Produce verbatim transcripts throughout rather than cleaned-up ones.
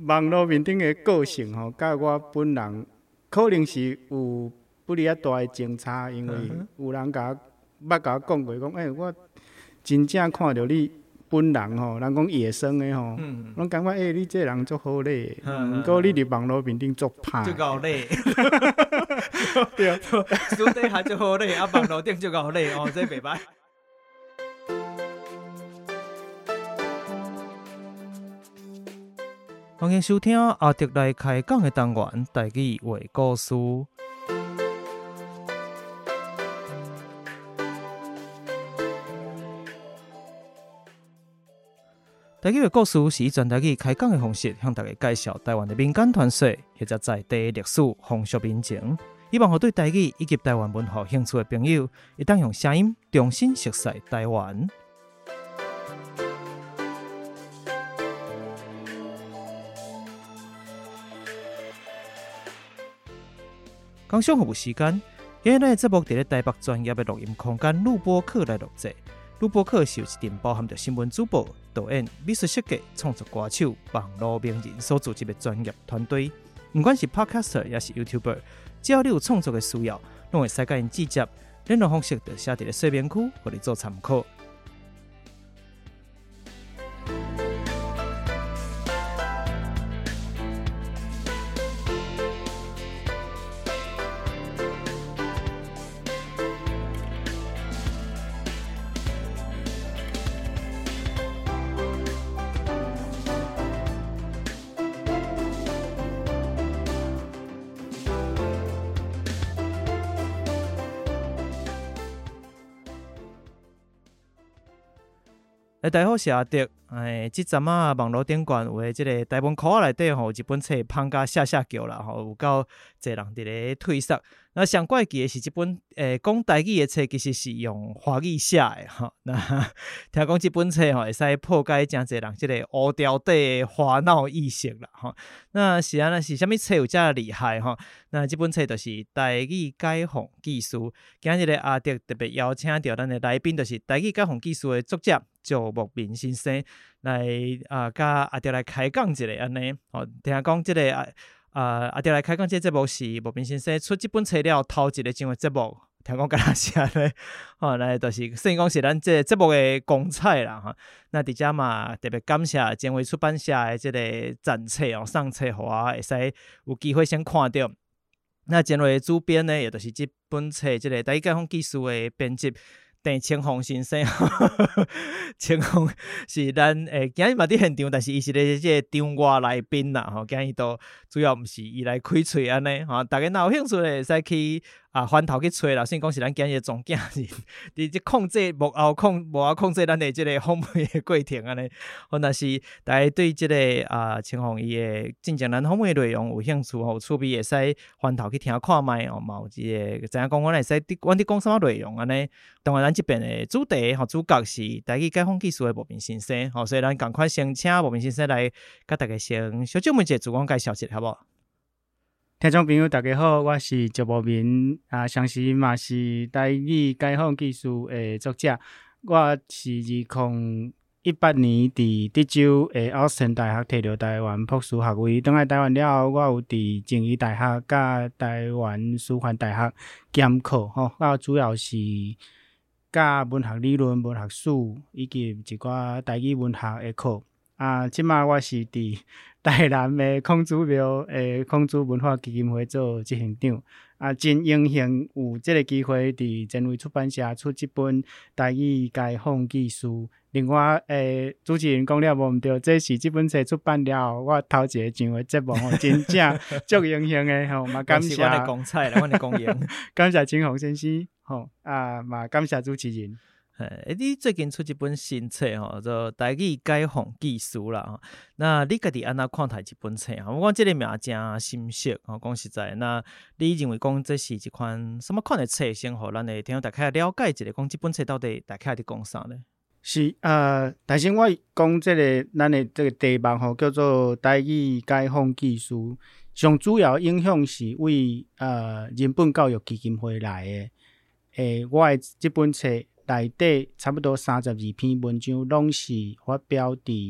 网络面顶的个性吼，甲我本人可能是有不离啊大的争差，因为有人甲我捌甲我讲过，讲诶、欸，我真正看到你本人吼，人讲野生的吼，嗯、拢感觉诶、欸，你这人足好嘞，毋过你伫网络面顶足歹， 足够累， 对， 私底下足好累，啊，网络顶足够累哦，这袂歹。欢迎收听阿德来开讲的单元，台语话故事。台语话故事是以全台语开讲的方式，向大家介绍台湾的民间传说，或者在地历史、风俗民情，希望互对台语以及台湾文化有兴趣的朋友，会当用声音重新熟悉台湾。工商服务时间，今日的节目伫咧台北专业的录音空间录播课来录制。录播课是由一阵包含着新闻主播、导演、美术设计、创作歌手、网络名人所组织的专业团队。不管是 Podcaster 也是 YouTuber， 只要你有创作的需要，拢会使甲因直接联络方式，就写伫咧说明区，互你做参考。大家好，我是阿德。哎，即阵啊，网络顶悬有诶，即个台湾课内底吼，有一本册芳甲下下叫啦，吼，有够侪人伫咧推测。那上怪奇诶是即本诶讲台语诶册，其实是用华语写诶吼。那听讲即本册吼会使破解真侪人即个乌条底诶花脑意识啦，吼。那是安那是啥物册有遮厉害吼？那即本册就是台语解放技术。今日咧阿德特别邀请到咱诶来宾，就是台语解放技术诶作者赵牧民先生来啊，甲阿德来开讲一下安尼。吼，听讲即个啊。啊！阿德来开讲，这节目是牧民先生出这本册了头一个上的节目，听讲敢若是安尼，吼，来就是算讲是咱这个节目的公彩啦，哈。那伫遮嘛特别感谢前卫出版社的这个赞册哦，送册互我，会使有机会先看到。那前卫主编呢，也就是这本册这个台语解放技术的编辑。郑清phong先生，清phong是咱诶，今日嘛伫现场，但是伊是咧即个场外来宾啦，吼，今日都主要毋是伊来开喙安尼，吼，大家若有兴趣咧，会使去啊翻头去找啦。算讲是咱今日总经理，伫即控制幕后控幕后控制咱的即个访问的过程安尼。或若是大家对即、这个啊清phong伊的进前咱访问的内容有兴趣吼，趣味会使翻头去听看卖哦，嘛有即个知影讲，阮会使阮伫讲啥物内容安尼。当然，咱即边的主题吼主角是台语解放技术的牧民先生，吼，所以咱赶快先请牧民先生来甲大家先小少问一下自我介绍一下，好无？ 听众朋友，大家好，我是赵牧民啊，相时嘛是台语解放技术的作者。我是二零一八年伫德州的奥斯汀大学摕到台湾博士学位，等来台湾了后，我有伫静宜大学甲台湾师范大学兼课，吼，我主要是教文学理论、文学史以及一寡台语文学的课。啊，即马我是伫台南的孔子庙诶孔子文化基金会做执行长。啊，真荣幸有即个机会伫前卫出版社出即本台语解放技术。另外，诶，主持人讲了无毋对，这是即本册出版了后，我头一个上的节目吼，真正足荣幸的吼，嘛感谢。 我的公菜啦，我的公言。 感谢清phong先生，吼啊，嘛感谢主持人。 诶，你最近出一本新册吼，做台语解放技术啦吼。那你家己安怎看待这本册吼？我讲这个名真深色吼，讲实在，那你认为讲这是一款什么款的册，先互咱的听众大家了解一下，讲这本册到底大家伫讲啥呢？ 是呃，但是我讲这个咱的这个题目吼，叫做台语解放技术，上主要影响是为呃人本教育基金会来的。诶，我的这本册内底差不多三十二篇文章，拢是发表伫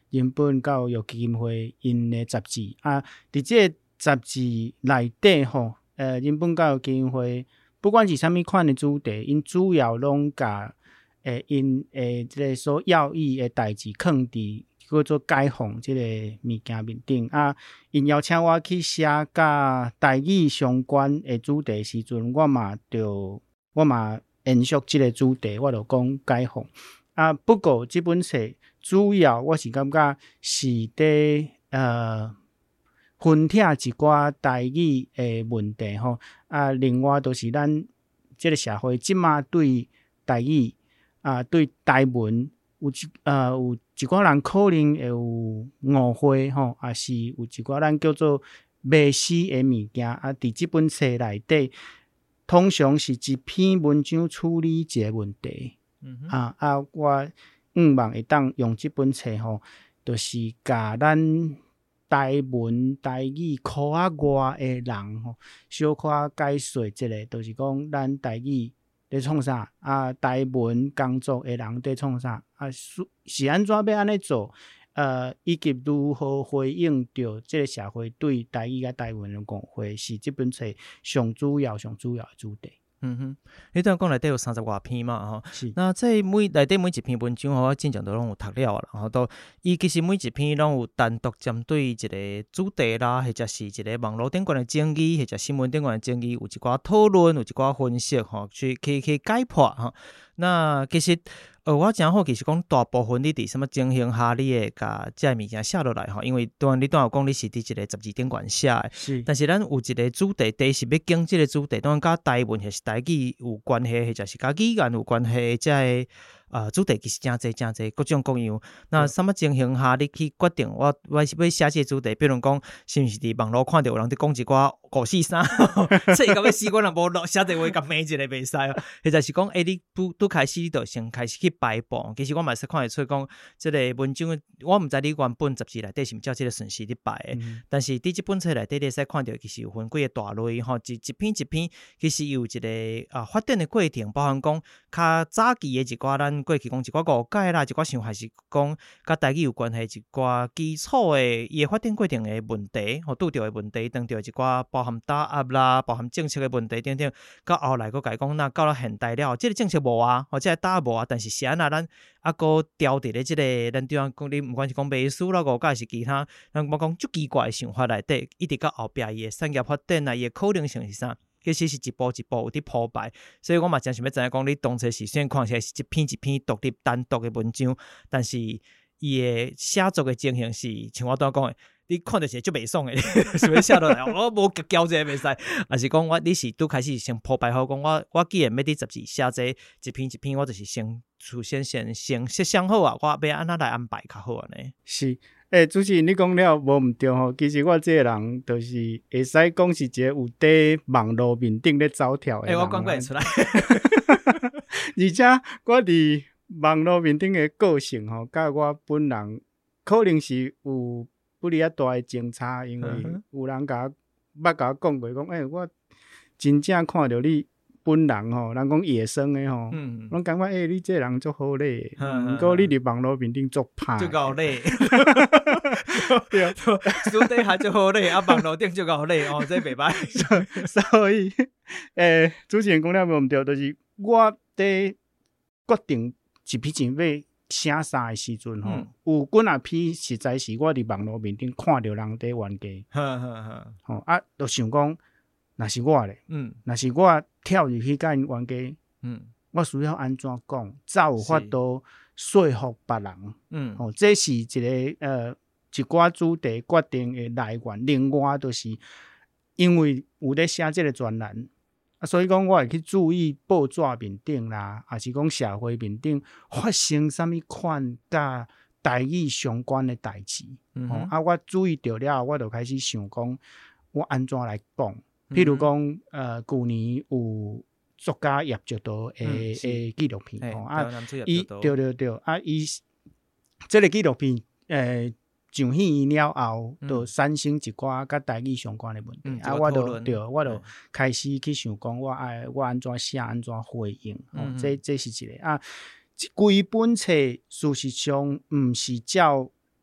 人本教育基金会因的杂志啊，伫这个杂志内底吼，呃，人本教育基金会不管是啥物款的主题，因主要拢甲诶因诶即个所要义的代志放伫叫做解放即个物件面顶啊。因邀请我去写甲台语相关的主题时阵，我嘛就我嘛延续即个主题，我就讲解放啊。不过即本册主要我是感觉是伫呃分析一寡台语的问题吼啊。另外就是咱即个社会即马对台语啊对台文有一呃有一寡人可能会有误会吼，也是有一寡咱叫做迷思的物件啊。伫即本册内底，通常是一篇文章处理一个问题。嗯、啊啊！我希望会当用即本册吼，就是甲咱台文台语科啊外的人吼，小可解说一下，就是讲咱台语在创啥啊，台文工作的人在创啥啊，是是安怎要安尼做？呃，以及如何回应到这个社会对台语甲台文的误会，是这本册上主要、上主要的主题。 嗯哼，你当讲内底有三十外篇嘛吼，那这每内底每一篇文章吼，我真正都拢有读了啦，然后都伊其实每一篇拢有单独针对一个主题啦，或者是一个网络顶悬的争议，或者新闻顶悬的争议，有一寡讨论，有一寡分析吼，去去去解剖吼。那其实呃，我真好，其实讲大部分你伫什么情形下，你会甲这物件写落来吼，因为当然你当有讲你是伫一个杂志顶悬写的，是，但是咱有一个主题，第一是要经这个主题，当然甲台文或是台语有关系，或者是甲语言有关系，这个呃主题其实真侪真侪各种各样。那什么情形下，你去决定我我是要写这个主题？比如讲，是毋是伫网络看到有人伫讲一寡五四三，这个要死我若无写一话，甲骂一个袂使哦。或者是讲，诶、欸，你拄拄开始你就先开始去排布。其实我嘛是看会出讲，即、這個文章我毋知你原本杂誌內底是毋照即個順序去排的，嗯、但是伫即本冊內底你使看到，其實有分幾個大類吼，一一篇一篇，其實有一個啊發展的過程，包含講較早期的一寡咱過去講一寡誤解啦，一寡想法是講甲台語有關係一寡基礎的伊個發展過程的問題，吼拄到的問題，當到一寡包含打壓啦，包含政策的問題等等，到後來佫甲伊講，那到了現代了，即、這個政策無啊，或者打壓無啊，但是是安那咱啊佫調佇咧即個咱對方講你，毋管是講美術啦，誤解是其他，咱冇講足奇怪的想法內底，一直到後壁伊個產業發展啊，伊個可能性是啥？其實是一步一步有啲鋪排，所以我嘛真想要知影講，你當初是雖然看起來是一篇一篇獨立單獨的文章，但是伊個寫作的情形是像我剛剛講的，你看到是足袂爽的，想要寫落來，我無交這個袂使，還是講我你是拄開始先鋪排好，講我我既然要佇雜誌寫這一篇一篇，我就是先首先先先設想好啊，我要安怎來安排較好安尼。 是。誒、欸，主持人你講了無毋對吼，其實我這個人就是會使講是一個有佇網絡面頂咧走跳的人。誒、欸，我講過會出來，而且我佇網絡面頂的個性吼，甲我本人可能是有不離啊大的爭差，因為有人甲我捌甲我講過，講誒、欸，我真正看到你本人吼，人講野生的吼，嗯，我感覺誒，你這個人足好咧，毋過你佇網絡面頂足歹，足夠咧。對，主題還足好咧，啊，網絡頂足夠咧，哦，這袂歹。所以，誒、欸，主持人講了無毋對，就是我佇決定一篇一篇寫啥的時陣吼，嗯、有幾啊篇實在是我佇網絡面頂看到人佇冤家，呵呵呵，吼啊，就想講，若是我咧，嗯，若是我跳入去甲因冤家，嗯，我需要安怎講，才有法度說服別人，嗯，吼、哦，這是一個呃。一寡主題決定的來源，另外就是因為有咧寫這個專欄，啊，所以講我會去注意報紙面頂啦，還是講社會面頂發生什麼款甲台語相關的代誌，嗯哦，啊，我注意到了，我就開始想講，我安怎來講，譬如講，嗯、呃，舊年有作家葉石濤的誒紀錄片，哦，啊，伊對對對，啊，伊這個紀錄片，誒、呃。上戲了後，就產生一寡甲台語相關的問題，嗯、啊，我就對，我就開始去想講，我愛我安怎寫，安怎回應，嗯、哦，這這是一個啊。規本冊事實上毋是照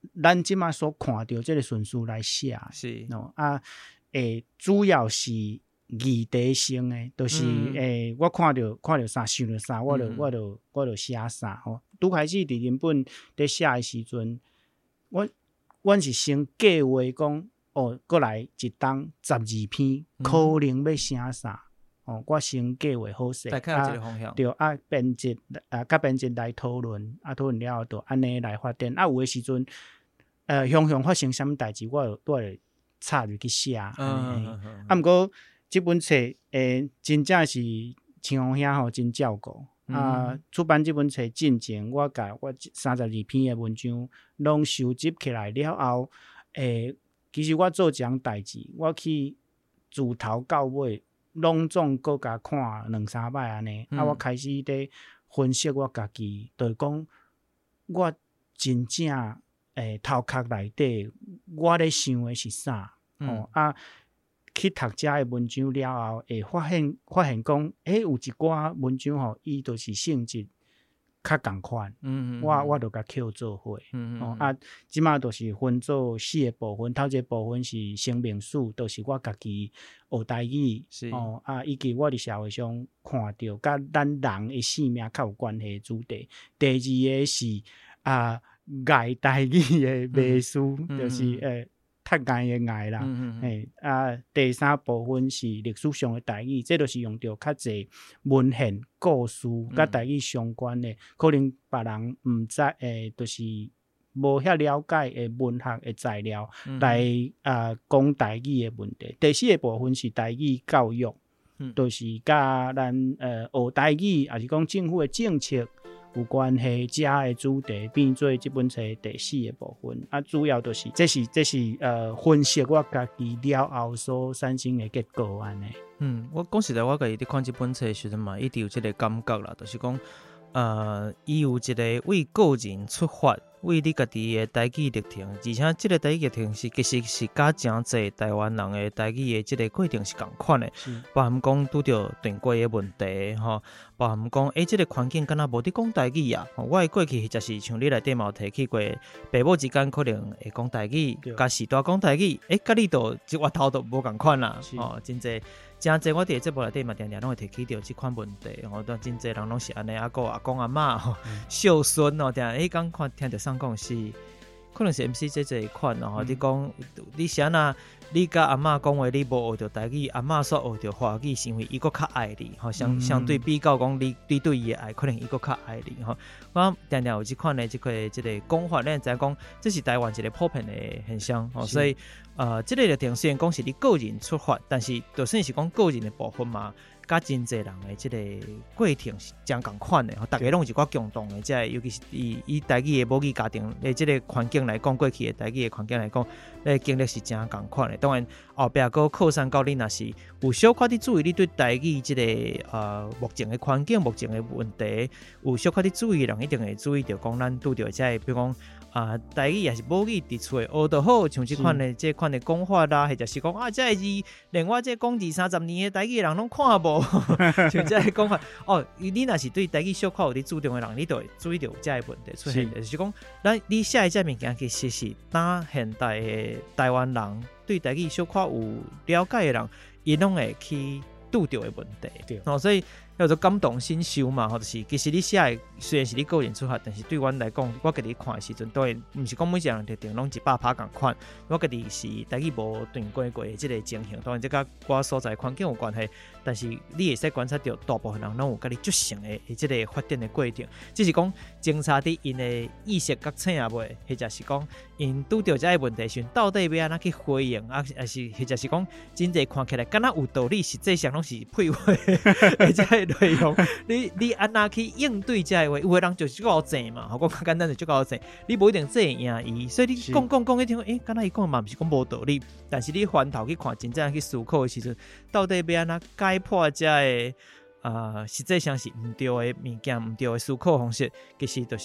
咱即马所看到即个顺序来写， 是喏啊，诶，主要是议题性诶，就是诶、嗯欸，我看到看到啥想到啥，我就、嗯、我就我就写啥吼。拄开始伫原本伫写诶时阵，我阮是先计划讲，哦，过来一档十二篇，嗯、可能要写啥。哦，我先计划好势， 大概有一个方向， 对啊，编辑啊，甲编辑来讨论，啊，討論了後就安尼來發展。啊，有誒時陣，呃，向向發生啥物代誌，我就我就插入去寫。嗯嗯嗯。啊，毋過即本冊誒、欸，真正是青紅兄吼真照顧。嗯、啊，出版即本冊進前，我甲我三十二篇誒文章，攏收集起來了後，誒、欸，其實我做一項代誌，我去自頭到尾。攏總閣甲看兩三擺安尼，嗯、啊！我開始伫分析我家己，就是講我真正誒、欸、頭殼內底，我咧想誒是啥？嗯、哦啊！去讀遮誒文章了後，會發現發現講，誒、欸、有一寡文章吼，伊就是性質較共款。嗯嗯我我著甲扣做伙。嗯嗯哦啊！即馬著是分做四個部分，頭一個部分是生命史，著是我家己學台語。是哦啊，以及我佇社會上看到甲咱人誒性命較有關係主題。第二個是啊，愛台語誒藝術，嗯、就是誒。嗯欸較愛嘅愛啦，誒、嗯嗯、啊！第三部分是歷史上嘅台語，這就是用到較濟文獻故事，甲台語相關嘅，嗯、可能別人毋知誒，就是無遐了解嘅文學嘅材料、嗯、來啊講台語嘅問題。第四個部分是台語教育，嗯、就是甲咱誒學台語，也是講政府嘅政策有關係，遮嘅主題變做這本冊第四個部分啊，主要就是這是這是呃分析我家己了後所產生嘅結果安尼。 嗯，我講實在，我家己伫看這本冊時陣嘛，一直有這個感覺啦，就是講呃，伊有一個為個人出發，為你家己嘅台語歷程，而且這個台語歷程是其實是甲真濟台灣人嘅台語嘅這個過程是共款嘅，是包含講拄着斷過嘅問題吼，包含講誒，這個環境敢若無佇講台語啊，我嘅過去就是像你內底嘛有提起過，爸母之間可能會講台語，甲時代講台語，誒，甲你都一話頭都無共款啦，哦，真濟。真濟，我哋節目內底嘛，常常攏會提起到即款問題，吼，都真濟人攏是安尼，阿個阿公阿嬤吼，孝順哦，定誒講看聽着上講是，可能是 M C 這這一款哦，你講你是安那，你甲阿嬤講話你無學着台語，阿嬤所學着華語，是因為伊個較愛你，吼，相相對比較講你你對伊嘅愛，可能伊個較愛你，吼，我常常有即款誒，即個即個講法，咱知影講，這是台灣一個普遍誒現象，吼，所以。呃，這個歷程雖然講是你個人出發，但是就算是講個人的部分嘛，甲真濟人的這個過程是真共款的，大家攏有一寡共同的，即係尤其是以以台語的母語家庭的這個環境來講，過去的台語的環境來講，誒經歷是真共款的。當然後壁個擴散到你若是有小可啲注意，你對台語這個呃目前的環境、目前的問題有小可啲注意，人一定會注意到講咱拄到即係，比如講。啊，台語也是母語佇厝學得好，像這款的這款的講法啦，或者是講啊，這個字連我這講二三十年的台語人攏看無，像這個講法哦，你若是對台語小可有啲注重的人，你就會注意到這個問題出現。是就是講，咱你寫這物件其實是當現代的台灣人對台語小可有了解的人，伊攏會去拄到的問題。對，哦，所以。叫做感動心受嘛，或者是其實你寫的雖然是你個人出發，但是對阮來講，我家己看的時陣，當然毋是講每一個人特定攏一百趴共款。我家己是台語無斷過過的這個情形，當然這甲我所在環境有關係，但是你會使觀察到大部分人攏有家己足成的這個發展的過程。只是講偵查佇因的意識覺醒啊未，或者是講因拄到這個問題時，到底要安怎去回應啊？還是或者是講真濟看起來敢若有道理，實際上攏是廢話。內容，你你安那去應對這個話，有個人就是足夠正嘛，我講簡單就足夠正，你無一定正贏伊，所以你講講講，你聽講，誒，敢若伊講嘛，毋是講無道理，但是你翻頭去看，真正去思考的時陣，到底要安怎解破這個啊、呃，實際上是毋對的物件，毋對的思考方式，其實就是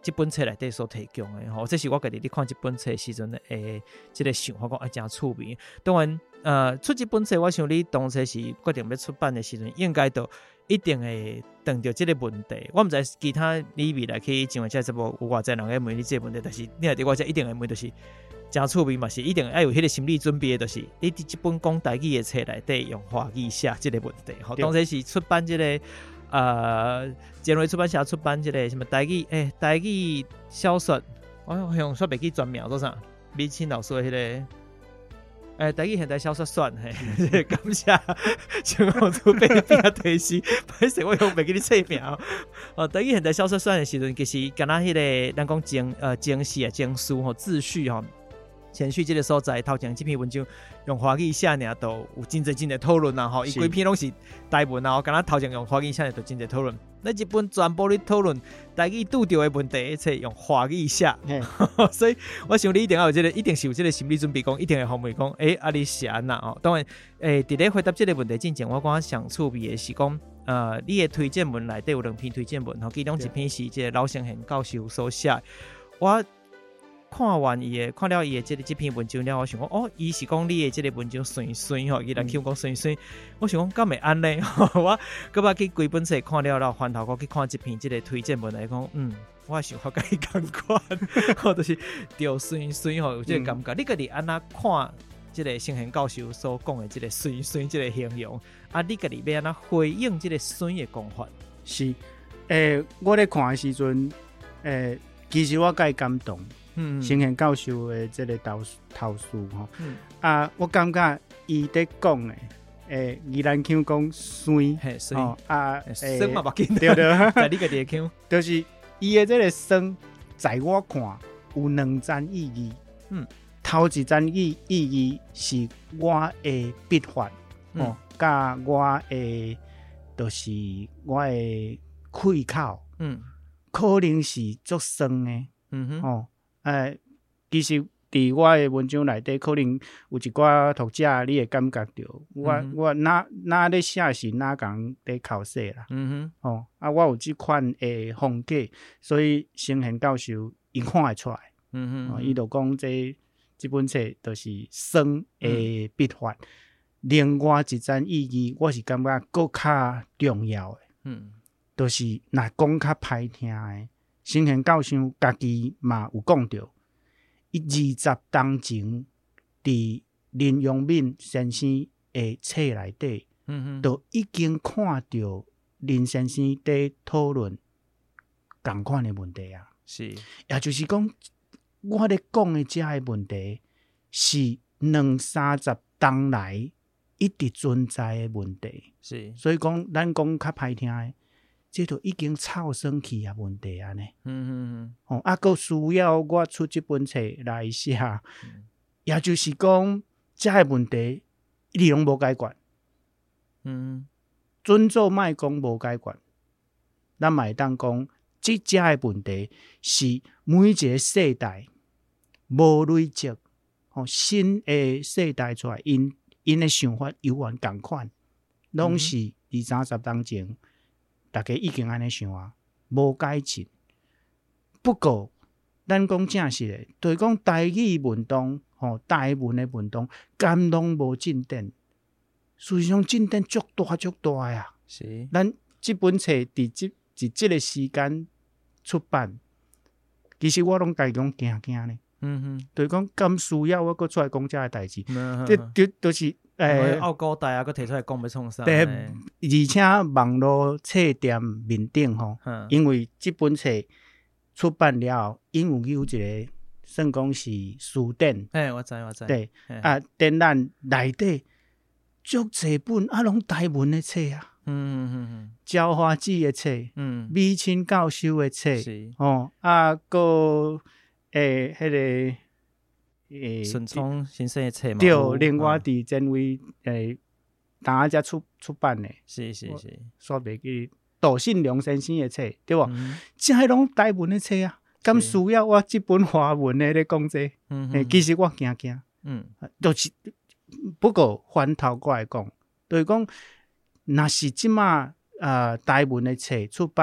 即本册内底所提供的吼，这是我家己咧看即本册的时阵诶，即个想法讲啊真趣味。当然，呃，出即本册，我想你当初是决定要出版的时阵，应该都一定会碰到即个问题。我毋知其他你未来去上这节目有偌济人会问你即个问题，但是你内底我这一定会问，就是真趣味嘛，是一定要有迄个心理准备的，就是你伫即本讲台语的册内底用华语写即个问题。吼，当初是出版即个。呃，前卫出版社出版一个什么台语诶，台语小说，我好像说袂记全名做啥，米青老师的迄、那个诶，台语现代小说选嘿，感谢像我做被边提示，歹势我用袂记你册名哦。台语现代小说选的时阵，其实敢若迄个咱讲经呃经史啊经书吼秩序吼。前序这个所在，头前这篇文章用华语写呢，都有真侪真侪讨论啊！吼，伊规篇拢是台文啊，敢若头前用华语写呢，都真侪讨论。那一本全部咧讨论台语拄着的问题，册用华语写，所以我想你一定要有这个，一定是有这个心理准备，讲一定会后面讲，诶、欸，啊你写安那哦？当然，诶、欸，伫咧回答这个问题之前，我讲上趣味的是讲，呃，你的推荐文内底有两篇推荐文，吼，其中一篇是这个老先贤教授所写，我。看完伊的，看了伊的这个这篇文章了，我想讲，哦，伊是讲你的这个文章顺顺吼，伊来去讲顺顺，我想讲，敢会安尼？我搁捌去规本册看了了，翻头过去看这篇这个推荐文来讲，嗯，我想法甲伊同款，或者是着顺顺吼，有这个感觉。嗯、你家己安那看这个先贤教授所讲的这个顺顺这个形容，啊，你家己要安那回应这个顺的讲法？ 是，诶、欸，我咧看的时阵，诶、欸，其实我介感动。嗯，先贤教授的这个投投诉吼，嗯、啊，我感觉伊在讲的，诶，宜兰腔讲酸， 哦啊， 酸嘛，对对， 在你个地腔， 就是伊的这个酸，在我看有两层意义。嗯，头一层意意义是我的笔法，嗯、哦，甲我的就是我的开口，嗯，可能是足酸的，嗯哼，哦。诶，其實伫我誒文章內底，可能有一寡讀者你會感覺到，我、嗯、我哪哪咧寫是哪講咧考試啦。嗯哼，哦，啊，我有即款誒風格，所以先賢教授伊看會出來。嗯哼，伊、哦、就講這這本冊就是酸誒筆法，嗯、另外一層意義，我是感覺更較重要誒。嗯，就是若講較歹聽誒。先賢教授家己嘛有講到，伊二十當前佇林陽敏先生的冊內底，嗯、都已經看到林先生在討論同款的問題啊。是，也就是講，我咧講的這個問題是兩三十當來一直存在的問題。是，所以講咱講較歹聽的。這都已經臭生去啊問題啊呢，嗯嗯嗯，哦，啊，佫需要我出這本冊來寫，嗯、也就是講，這個問題一直攏無解決，嗯，準做莫講無解決，咱嘛會當講，這這個問題是每一個世代無累積，哦，新的世代出來，因因的想法永遠同款，攏是二三十當前。大家已經安尼想啊，無改進。不過，咱講正實的，就是講台語運動、吼台文的運動，敢攏無進展。事實上，進展足大足大啊！是，咱這本冊佇即佇即個時間出版，其實我攏家己講驚驚呢。嗯哼，就是講咁需要我擱出來講這個代誌，這這都是。誒， 奧高大啊，佮提出來講要創啥？ 對，而且網絡冊店面頂吼，嗯、因為這本冊出版了，因為有一個算講是書店， 誒，我知我知， 對，嘿啊，展覽內底足儕本啊，攏台文的冊啊，嗯嗯嗯嗯，焦花枝的冊，嗯，米青教授的冊，是哦，啊，個誒，迄個。 順聰先生嘅冊嘛， 對，另外佇前位誒，當下才出出版嘅， 是是是， 煞袂記杜信良先生嘅冊，對無？即係攏台文嘅冊啊，咁需要我這本華文嘅咧講這，誒，其實我驚驚，嗯，就是不過反頭過來講，就是講，若是即馬呃台文嘅冊出版，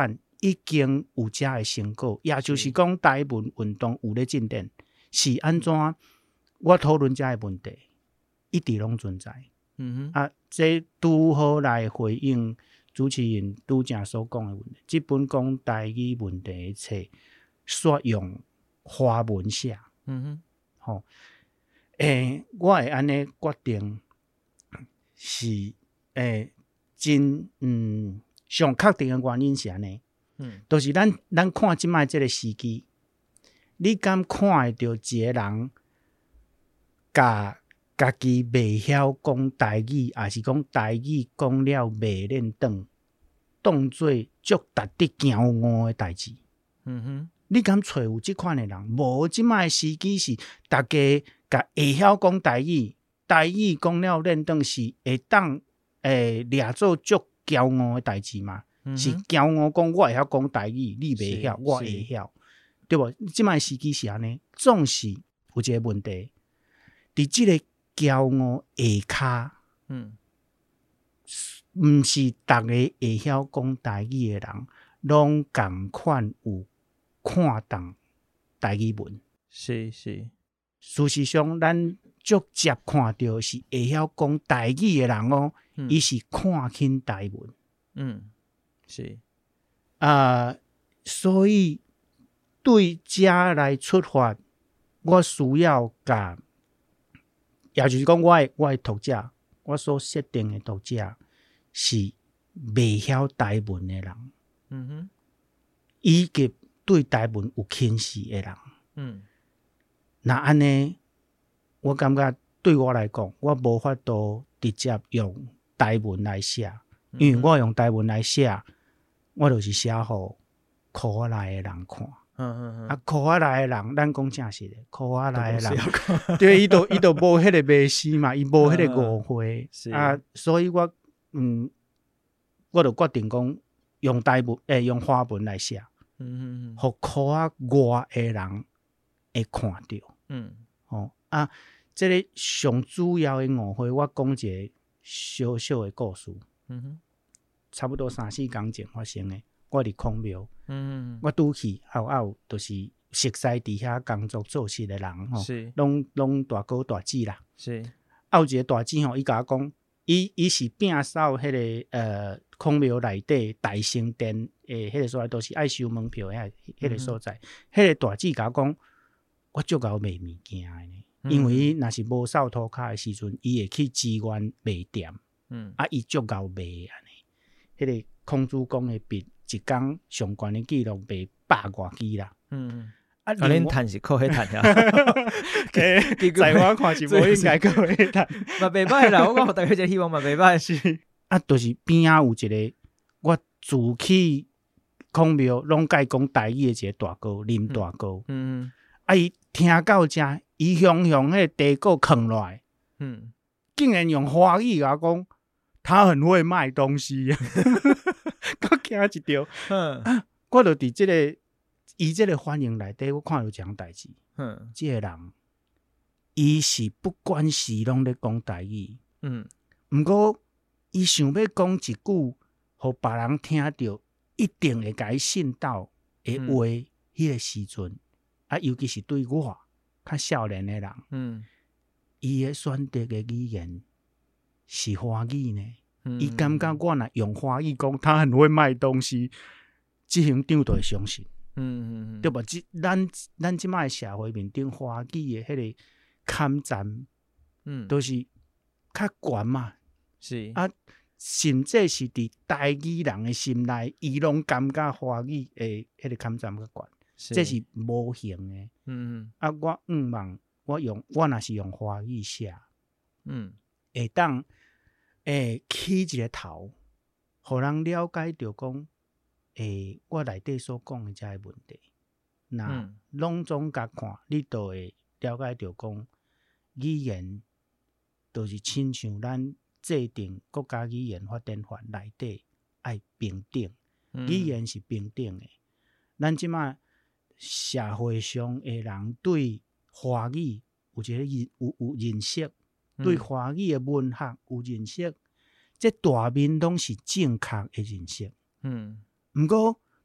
已经有遮的成果，也就是讲台文运动有咧进展，是安怎？我讨论遮的问题，一直拢存在。 嗯哼， 啊，这拄好来回应主持人拄正所讲的问题。这本讲台语问题的册，煞用华文写。 嗯哼， 吼、哦，诶，我会安尼决定是诶真嗯上确定的原因是安尼。 嗯， 就是咱咱看即摆即个时机，你敢看会到一个人，甲家己袂晓讲台语，还是讲台语讲了袂练转，当做足值得骄傲的代志？ 嗯哼， 你敢找有即款的人？无，即摆时機是大家甲會曉講台語，台語講了練轉是會當誒掠做足驕傲的代志嘛？ 嗯、 是驕傲講我會曉講台語，你袂曉，我會曉，對無？即擺時機是安尼，總是有一個問題，佇即個驕傲下骹， 嗯， 毋是逐個會曉講台語的人，攏共款有看重台語文。 是是， 事實上，咱足接看到是會曉講台語的人哦，伊、嗯、是看輕台文。 嗯，是啊、呃，所以對遮來出發，我需要甲，也就是講，我的我的讀者，我所設定的讀者是袂曉台文的人。 嗯哼， 以及對台文有輕視的人。 嗯， 那安尼，我感覺對我來講，我無法度直接用台文來寫，因為我用台文來寫，我就是寫互課內的人看。 嗯嗯嗯， 啊，課內的人，咱講正實的，課內的人，對，伊都伊都無迄個迷思嘛，伊無迄個誤會啊，所以我嗯，我就決定講用台文，誒、欸，用華文來寫。嗯嗯嗯，互課啊外的人會看到。嗯，哦啊，這個上主要的誤會，我講一個小小的故事。嗯哼，差不多三四工前發生的。我佇孔廟，嗯，我拄去後後就是熟悉佇遐工作做事的人吼，是，攏攏大哥大姐啦，是。啊有一個大姐吼，伊甲我講，伊伊是摒掃迄個呃孔廟內底大聖殿誒，迄個所在都是愛收門票誒，迄個所在。迄、嗯、個大姐甲我講，我足夠賣物件誒呢，因為伊若是無掃塗骹誒時陣，伊會去支援賣店，嗯，啊伊足夠賣安尼。迄個孔子講誒筆。一工上懸的記錄賣百外支啦。嗯，啊， 恁趁是靠迄趁呀？ 在我看是無應該靠迄趁， 嘛袂歹啦。我講大家一個希望嘛袂歹是。 啊，就是邊仔有一個，我自去孔廟攏甲伊講台語的一個大哥，林大哥。嗯，啊，伊聽到遮，伊雄雄迄個地果囥落來，嗯，竟然用華語甲我講，他很會賣東西。我驚一條，啊！我就佇即個伊即個反應內底，我看到一項代誌。嗯，即個人，伊是不管是攏咧講台語。嗯，毋過伊想要講一句，互別人聽到，一定會甲伊信到的話，迄、嗯、個時陣，啊，尤其是對我較少年的人，嗯，伊嘅選擇嘅語言是華語呢。伊、嗯、感覺我若用華語講，他很會賣東西，即型長就會相信，嗯嗯對吧？即咱咱即擺社會面頂華語嘅迄個坎站，嗯，都是較懸嘛，是啊，甚至是佇台語人嘅心內，伊攏感覺華語誒迄個坎站較懸，這是無形嘅，嗯嗯，啊，我毋望我用我若是用華語寫，嗯，會當。誒，起一個頭，互人了解到講，誒，我內底所講的這個問題，那攏總甲看，你都會了解到講，語言都是親像咱制定國家語言發展法內底愛平等，嗯、語言是平等的。咱即馬社會上的人對華語有一個認有有認識。對華語嘅文學有認識，即大面攏是正確嘅認識。嗯，毋過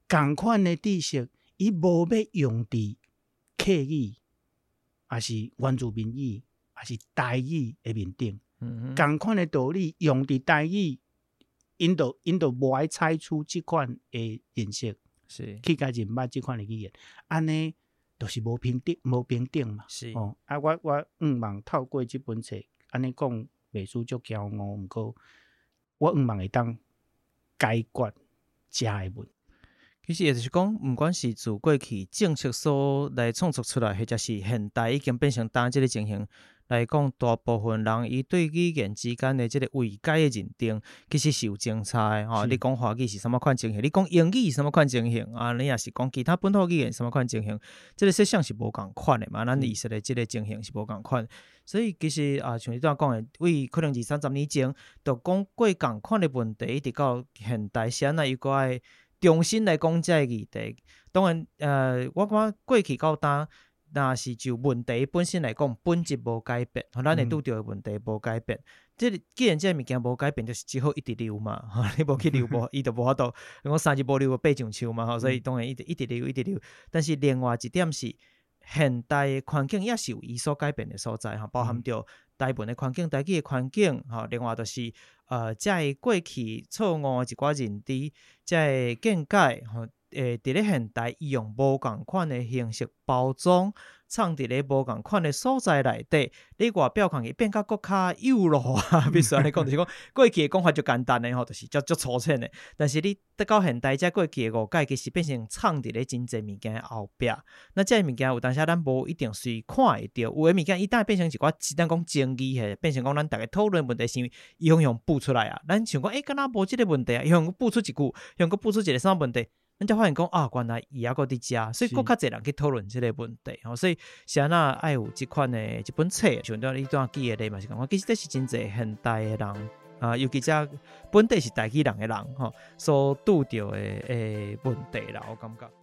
同款的知识，伊无要用伫客语，还是原住民语，还是台语的面顶。 嗯同款的道理用伫台语，因就因就无爱采取即款的认识， 是去甲认捌即款的语言，安尼就是无平等，无平等嘛。 是哦，啊，我我毋望透过即本册，安尼讲袂输足骄傲，毋过我毋望会当解决遮的问题。 其实也就是讲，毋管是自过去正式所来创作出来，或者是现代已经变成当即个情形来讲，大部分人伊对语言之间的即个位阶的认定，其实是有精差的吼、哦。你讲华语是什么款情形？你讲英语是什么款情形？啊，你也是讲其他本土语言什么款情形？即、这个实相是无共款的嘛。咱意识的即个情形是无共款，所以其实啊，像你拄仔讲的，为可能二三十年前，就讲过共款的问题，一直到现代，是安那又搁爱重新来讲这个议题。当然，呃，我感觉过去到当，若是就问题本身来讲，本质无改变，咱会拄到的问题无改变。即、嗯、既然这物件无改变，就是只好一直留嘛。你无去留，无伊就无法度。我三日无留，八上树嘛。所以当然一直一直留，一直留。但是另外一点是，现代的环境也是有伊所改变的所在，包含着台文的环境、台语的环境。另外就是呃，即过去错误一寡认知，即见解。诶，伫咧现代伊用无共款的形式包装，藏伫咧无共款的所在内底，你外表看起变甲搁较幼弱啊。比如说安尼讲，就是讲过去的讲法就简单的吼，就是足足粗浅的。但是你得到现代，即过去的误解，其实变成藏伫咧真侪物件后壁。那即物件有当时咱无一定随看会到，有诶物件一旦变成一寡，咱讲争议嘿，变成讲咱大家讨论问题是伊用用补出来啊。咱想讲，诶，敢若无即个问题啊，伊用补出一句，用个补出一个啥问题？咱才发现讲啊，原来伊也搁伫遮，所以搁较侪人去讨论即个问题吼。所以是安那爱有即款的一本册，像咱你段记的例嘛是讲，其实这是真侪现代的人啊，尤其遮本地是台语人的人吼，所拄到的诶问题啦，我感觉。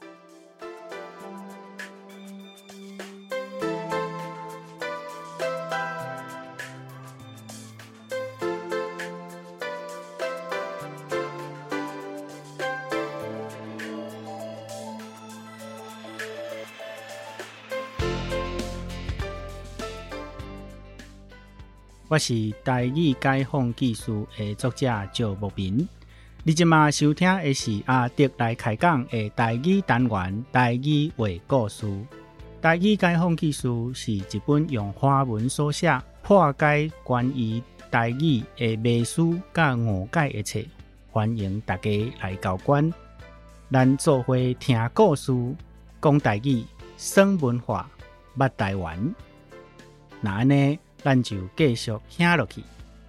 我是台语解放技术的作者赵木斌。你即马收听的是阿德来开讲的台语单元台语话故事。台语解放技术是一本用华文所写破解关于台语的迷思甲误解的册，欢迎大家来交关。咱做伙听故事，讲台语，耍文化，捌台湾。那安尼，咱就继续听落去。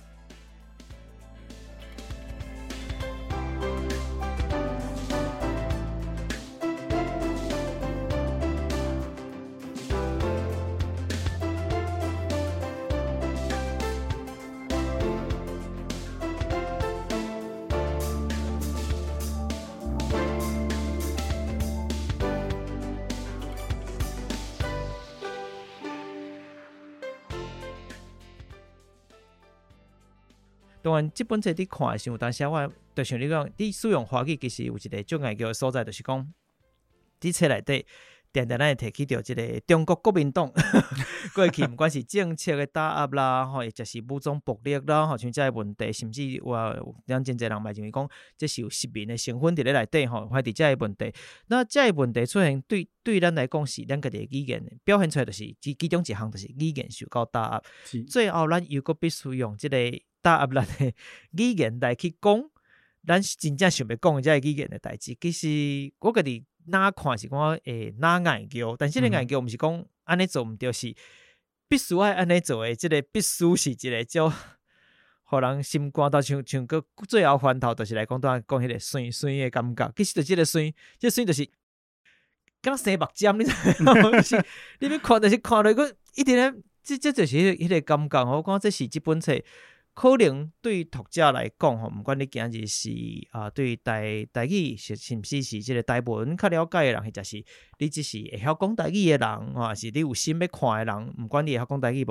当然，这本册你看的时候，当时我就像你讲，你使用华语其实有一个障碍叫的所在，就是讲，伫册内底定定咱会提起到这个中国国民党过去，不管是政策的打压啦，吼，或者是武装暴力啦，吼，像这个问题，甚至我咱真侪人嘛，就是讲，这是有实名的成分伫咧内底，吼，或者这个问题。那这个问题出现，对对咱来讲是咱家己的语言表现出来，就是其其中一项就是语言受到打压。最后，咱又搁必须用这个打压咱的语言来去讲，咱真正想要讲的这个语言的代志。其实我家己哪看是讲诶哪研究，但是这个研究毋是讲安尼做毋对，是必须爱安尼做的。这个必须是一个叫互人心肝头像像个最后翻头，就是来讲当讲迄个酸酸的感觉。其实就这个酸，这个酸就是敢若生目针，你知道吗？是你要看，就是看落去一点点，这这就是迄、那个迄个感觉。我讲这是这本册。可能对读者来讲，吼，毋管你今日是啊，对台台语是是毋是是即个台文较了解的人，或者是你只是会晓讲台语的人，或是你有心要看的人，毋管你会晓讲台语无，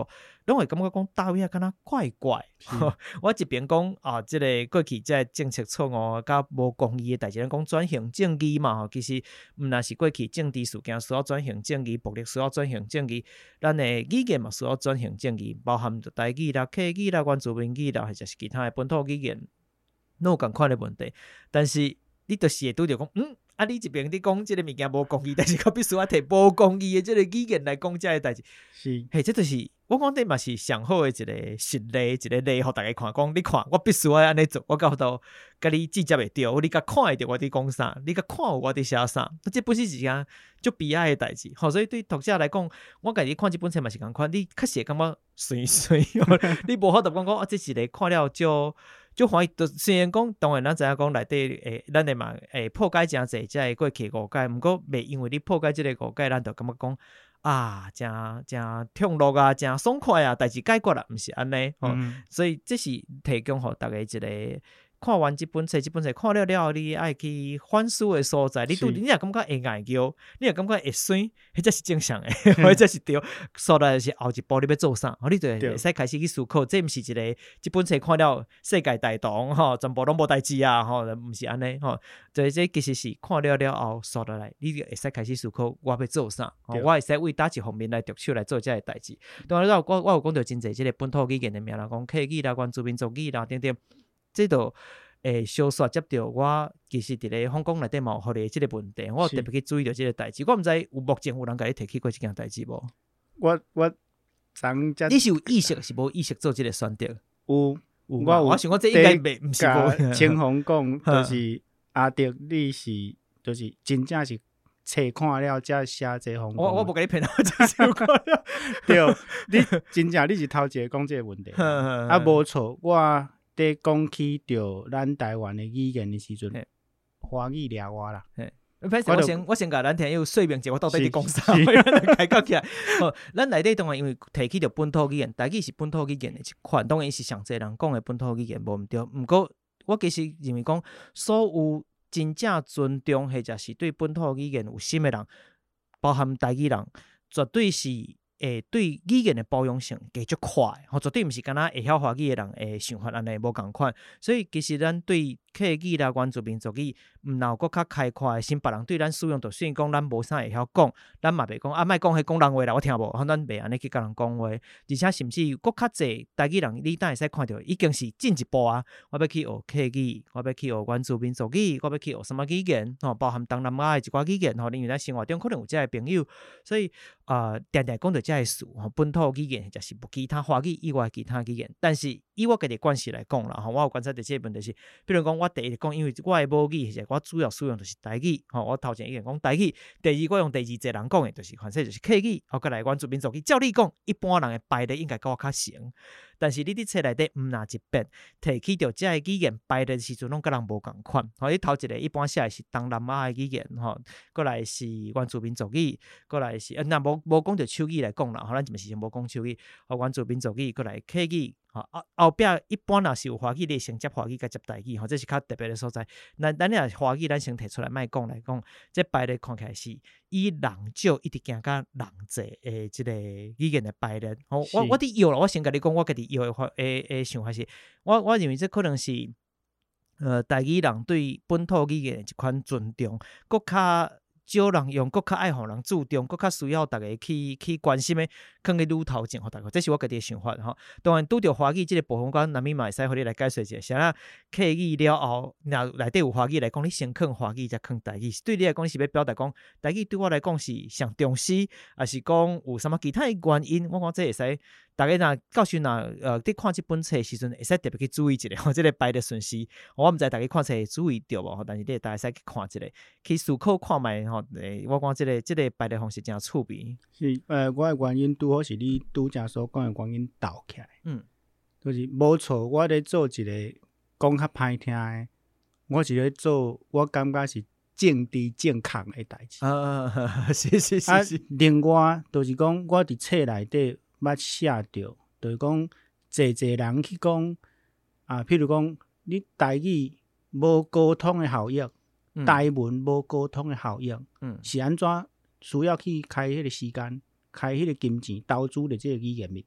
拢会感觉讲台语敢若怪怪。我一边讲啊，即、這個過去即個政策錯誤甲無公義嘅代志，咱講轉型正義嘛，吼，其實毋若是過去政治事件需要轉型正義，暴力需要轉型正義，咱誒語言嘛需要轉型正義，包含台語啦、客語啦、原住民語啦，或者是其他嘅本土語言，都有共款嘅問題。但是你就是會拄着講，嗯。啊！你一邊你講即個物件無公義，但是佢必須要摕無公義嘅即個語言來講即個代志。 是， 嘿，這就是我講啲嘛是上好嘅一個實例，一個例，互大家看。講你看，我必須要安尼做，我到到甲你直接會到，你甲看會到我哋講啥，你甲看我哋寫啥，這本身是一件足悲哀嘅代志。吼，所以對讀者來講，我家己看這本冊嘛是共款，你確實會感覺隨隨，你無法度講講啊，這是個看了就。就歡喜，雖然講，當然咱知影講內底誒，咱哋嘛誒破解誠濟，才會過去誤解。毋過袂因為你破解即個誤解，咱就感覺講啊，誠誠暢樂啊，誠爽快啊，代志解決啦，毋是安尼。吼、嗯，所以這是提供互大家一個看完這本冊，這本冊看了了，你愛去反思的所在。你拄你若感覺會礙叫，你若感覺會酸，迄才是正常的，或者是對。所來是後一步你要做啥，你就會使開始去思考。這毋是一個這本冊看了世界大同，吼，全部攏無代誌啊，吼，毋是安尼，吼。就這其實是看了了後，所來你就會使開始思考，我要做啥，我會使為哪一方面來着手來做這個代誌。當然我我有講到真濟，這個本土語言的名啦，講客語啦、原住民族語啦，等等。這度誒小說接到我，其實佇咧香港內底嘛，互你即個問題，我特別去注意到即個代誌。我毋知有目前有人甲你提起過即件代誌無？ 我我昨只你是有意識是無意識做即個選擇？ 有， 有我我想講這應該袂毋是無。 青紅講就是阿德，你是就是真正是冊看了才寫這方。 我我無甲你騙啊，真是有看了。 對，你真正你是頭一個講即個問題，啊無錯，我。在講起到咱台灣的語言的時陣，華語掠我啦。 我先我先甲咱聽有說明者，我到底在講啥？開講起來，好，咱內底當然因為提起到本土語言，台語是本土語言的一款，當然是上濟人講的本土語言無毋對。毋過我其實認為講，所有真正尊重或者是對本土語言有心的人，包含台語人，絕對是。誒，對語言的包容性加足快，吼，絕對毋是敢若會曉華語的人誒想法安尼無共款，所以其實咱對客語啦、原住民族語，毋若有閣較開闊，新別人對咱使用，就雖然講咱無啥會曉講，咱嘛袂講啊，莫講迄講人話啦，我聽無，咱袂安尼去甲人講話，而且甚至閣較濟台語人，你等會使看到，已經是進一步啊，我要去學客語，我要去學原住民族語，我要去學什麼語言，吼，包含東南亞的一寡語言，吼，因為咱生活中可能有遮個朋友，所以啊，定定講到遮個事，吼，本土語言就是無其他華語以外其他語言，但是以我家己關係來講啦，吼，我有觀察到這個問題是，比如講我第一講，因為我的母語其實我主要使用就是台語，吼，我頭前已經講台語，第二我用第二濟人講的，就是反正就是客語，後過來原住民族語，照你講，一般人的排列應該較我較成，但是你佇冊內底毋若一遍提起到遮個語言排列時陣，攏甲人無共款，吼，你頭一個一般寫的是東南亞的語言，吼，過來是原住民族語，過來是，那無無講到手語來講啦，吼，咱一時就無講手語，吼，原住民族語，過來客語。吼，後壁一般若是有華語，你先接華語，甲接台語，吼，這是較特別的所在。咱咱若華語，咱先提出來賣講來講，這排列看起來是以人少一直行甲人濟誒，即個語言的排列。吼，我我佇搖啦，我先甲你講，我家己搖誒誒誒想法是，我我認為這可能是，呃，台語人對本土語言一款尊重，閣較少人用，閣較愛互人注重，閣較需要大家去去關心的，放喺路頭前互大家，這是我家己的想法吼。當然，拄着華語這個部分，我難免嘛會使互你來解說一下。像啊，客語了後，若內底有華語來講，你先放華語，再放台語。對你來講，你是要表達講台語對我來講是上重視，還是講有什麼其他的原因？我講這會使大家若到時若呃，佇看這本冊時陣，會使特別去注意一下，吼，這個排列順序。我毋知大家看冊會注意到無？但是你大家使去看一下，去思考看覓吼。誒，我講這個這個排列方式真趣味。 是，呃，我的原因拄好是你拄則所講的原因倒起來。 嗯， 就是無錯，我咧做一個講較歹聽的，我是咧做，我感覺是政治正確的代志。 啊，是是是。啊， 另外就是講，我佇冊內底捌寫着，就是講，濟濟人去講啊，譬如講，你台語無溝通的效益。嗯、台文無溝通的效益，嗯、是安怎需要去開迄個時間、開迄個金錢投資佇這個語言面頂？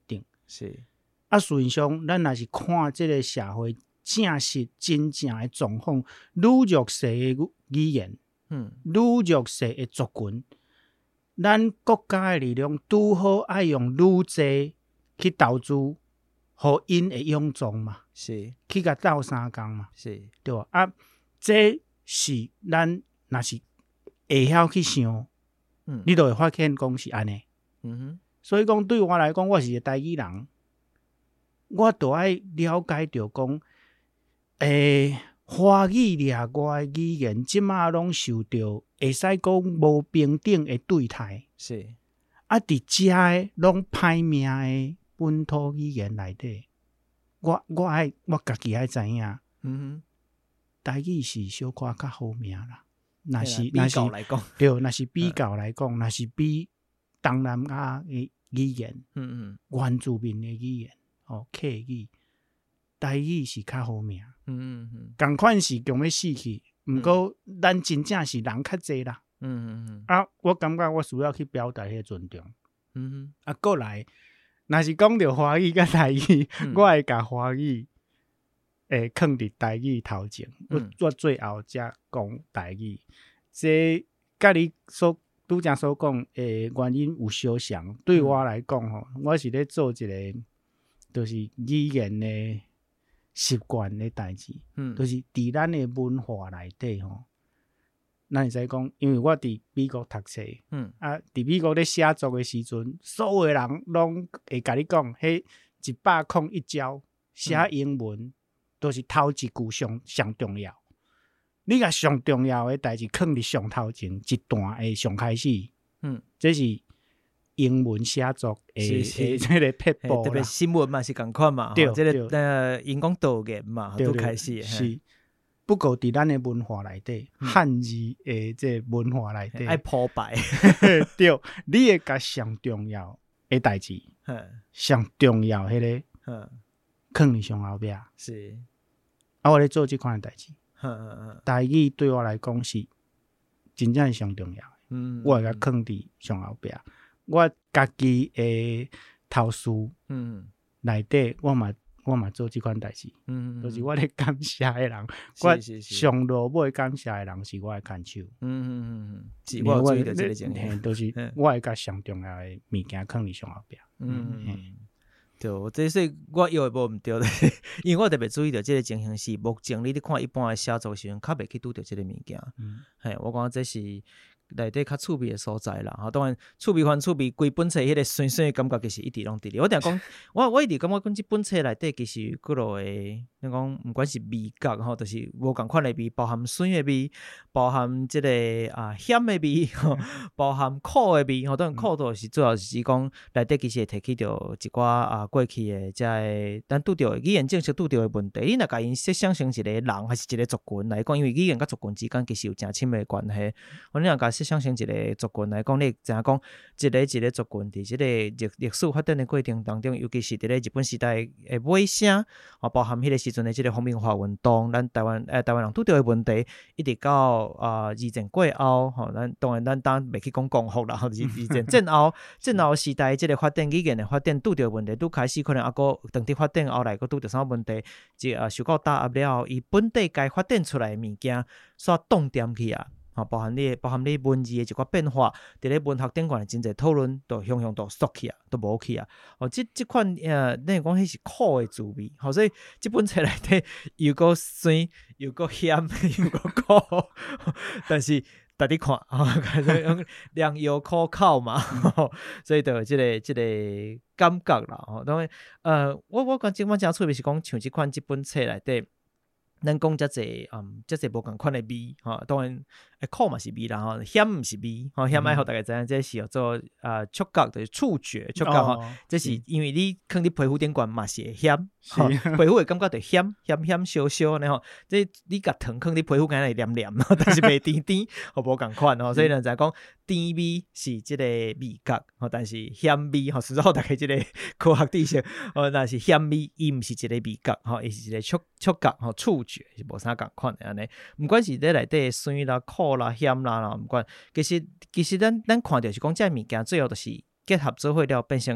是啊，事实上，咱若是看即个社会正实真正诶状况，愈弱势诶语言， 嗯， 愈弱势诶族群，咱国家诶力量拄好爱用愈济去投资，互因会勇壮嘛， 是去甲斗相共嘛， 是， 对吧？啊，这是咱若是会晓去想， 嗯你就会发现讲是安尼。 嗯哼， 所以讲，对我来讲，我是个台语人，我就爱了解到讲，诶、华语掠外的语言，即马拢受到会使讲无平等的对待， 是啊，伫遮诶拢歹命的本土语言内底，我我爱我家己爱知影， 嗯哼， 台语是小可较好命啦。若是嘿啦比若是较来讲， 对，若是比较来讲，若是比东南亚的语言。 嗯嗯原住民的语言，哦，客语、台语是较好命， 嗯嗯嗯共款是强要死去，毋过咱真正是人较济啦。 嗯嗯啊，我感觉我需要去表达迄个尊重。 嗯啊，过来，若是讲到华语甲台语， 嗯我会甲华语诶放伫台语头前，我嗯我最后才讲台语。这甲你所拄则所讲诶原因有相像，对我来讲吼，我是咧做一个，就是语言的习惯的代志， 嗯， 就是伫咱的文化内底吼。咱会使讲，因为我伫美国读册， 嗯啊，伫美国咧写作的时阵，所有的人拢会甲你讲，迄一百空一招写英文，都是头一句上上重要。你甲上重要的代志放伫上头前一段的上开始， 嗯， 这是英文写作是诶是诶，这个撇步啦嘿特别。新闻嘛是共款嘛， 对吼这个对呃因讲导言嘛， 对对都开始嘿是。不过伫咱的文化内底， 嗯汉字诶，这文化内底， 爱铺排， 对，你会甲上重要的代志， 嘿上重要迄个哼放伫上后壁。 是， 啊，我咧做即款代志， 哼哼哼台语对我来讲是真正是上重要的， 嗯， 我会甲放伫上后壁。我家己诶头事嗯内底，我嘛我嘛做即款代志， 嗯， 就是我咧感谢诶人，我是是是， 上落尾感谢诶人是我诶牵手。 嗯嗯嗯嗯，是我有注意到这个情形， 嘿就是嗯我会甲上重要诶物件放伫上后壁。 嗯嘿嗯。对，这所以我以为无毋对的，因为我特别注意到这个情形是，目前你咧看一般的写作时阵，较袂去拄着这个物件。 嗯嘿，我感觉这是内底较趣味的所在啦。吼，当然趣味还趣味，规本册迄个酸酸的感觉其实一直拢伫咧。我定讲，我我一直感觉讲，即本册内底其实有几落诶，你讲毋管是味觉吼，就是无共款的味，包含酸的味，包含即、这个啊咸的味，吼，包含苦的味。吼，当然苦度是主要是讲内底其实会提起着一寡啊过去的遮个咱拄着语言正式拄着的问题。你若甲因设想成一个人还是一个族群来讲，因为语言甲族群之间其实有诚深的关系。我你若甲设想成一个族群来讲，你会知影讲一个一个族群伫即个历历史发展的过程当中，尤其是伫咧日本时代的尾声，啊，包含迄个时阵的即个皇民化运动，咱台湾诶台湾人拄着的问题，一直到啊二战过后，吼，咱当然咱当袂去讲光复啦，吼，二二战战后战后时代即个发展语言的发展拄着问题，拄开始可能啊个当地发展后来个拄着啥问题，即啊受到打压了后，伊本地该发展出来的物件煞冻点去啊。啊，包含你包含你文字的一寡变化，伫咧文学顶悬的真侪讨论，都向向都缩去啊，都无去啊。哦，即即款呃，咱讲迄是苦的滋味，好、哦，所以即本册内底又个酸，又个咸，又个苦，但是大家看啊，用良药苦口嘛，哦、所以就有即、這個即、這個感覺啦。吼、哦，當然呃，我我講即款真趣味是講像即款即本冊內底。咱講遮濟，嗯，遮濟無共款的味，吼、哦，當然，誒苦嘛是味啦，吼，咸毋是味，吼、哦，鹹愛互大家知影，這是叫做啊觸覺，就是觸覺觸覺吼， 哦、 這是因為你放你皮膚頂懸嘛是會鹹，吼、哦，皮膚會感覺就鹹鹹鹹燒燒安尼吼，這你甲糖放你皮膚敢若會黏黏，但是袂甜甜，吼無共款吼，所以咱就講甜味是即個味覺，吼，但是鹹味吼，實際大家即個科學知識，吼，但是鹹味伊毋是一個味覺，吼，伊是一個觸觸覺吼觸。是無啥共款的安尼，毋管是咧內底酸啦、苦啦、鹹啦啦，毋管，其實其實咱咱看到是講，這物件最後就是結合做伙了，變成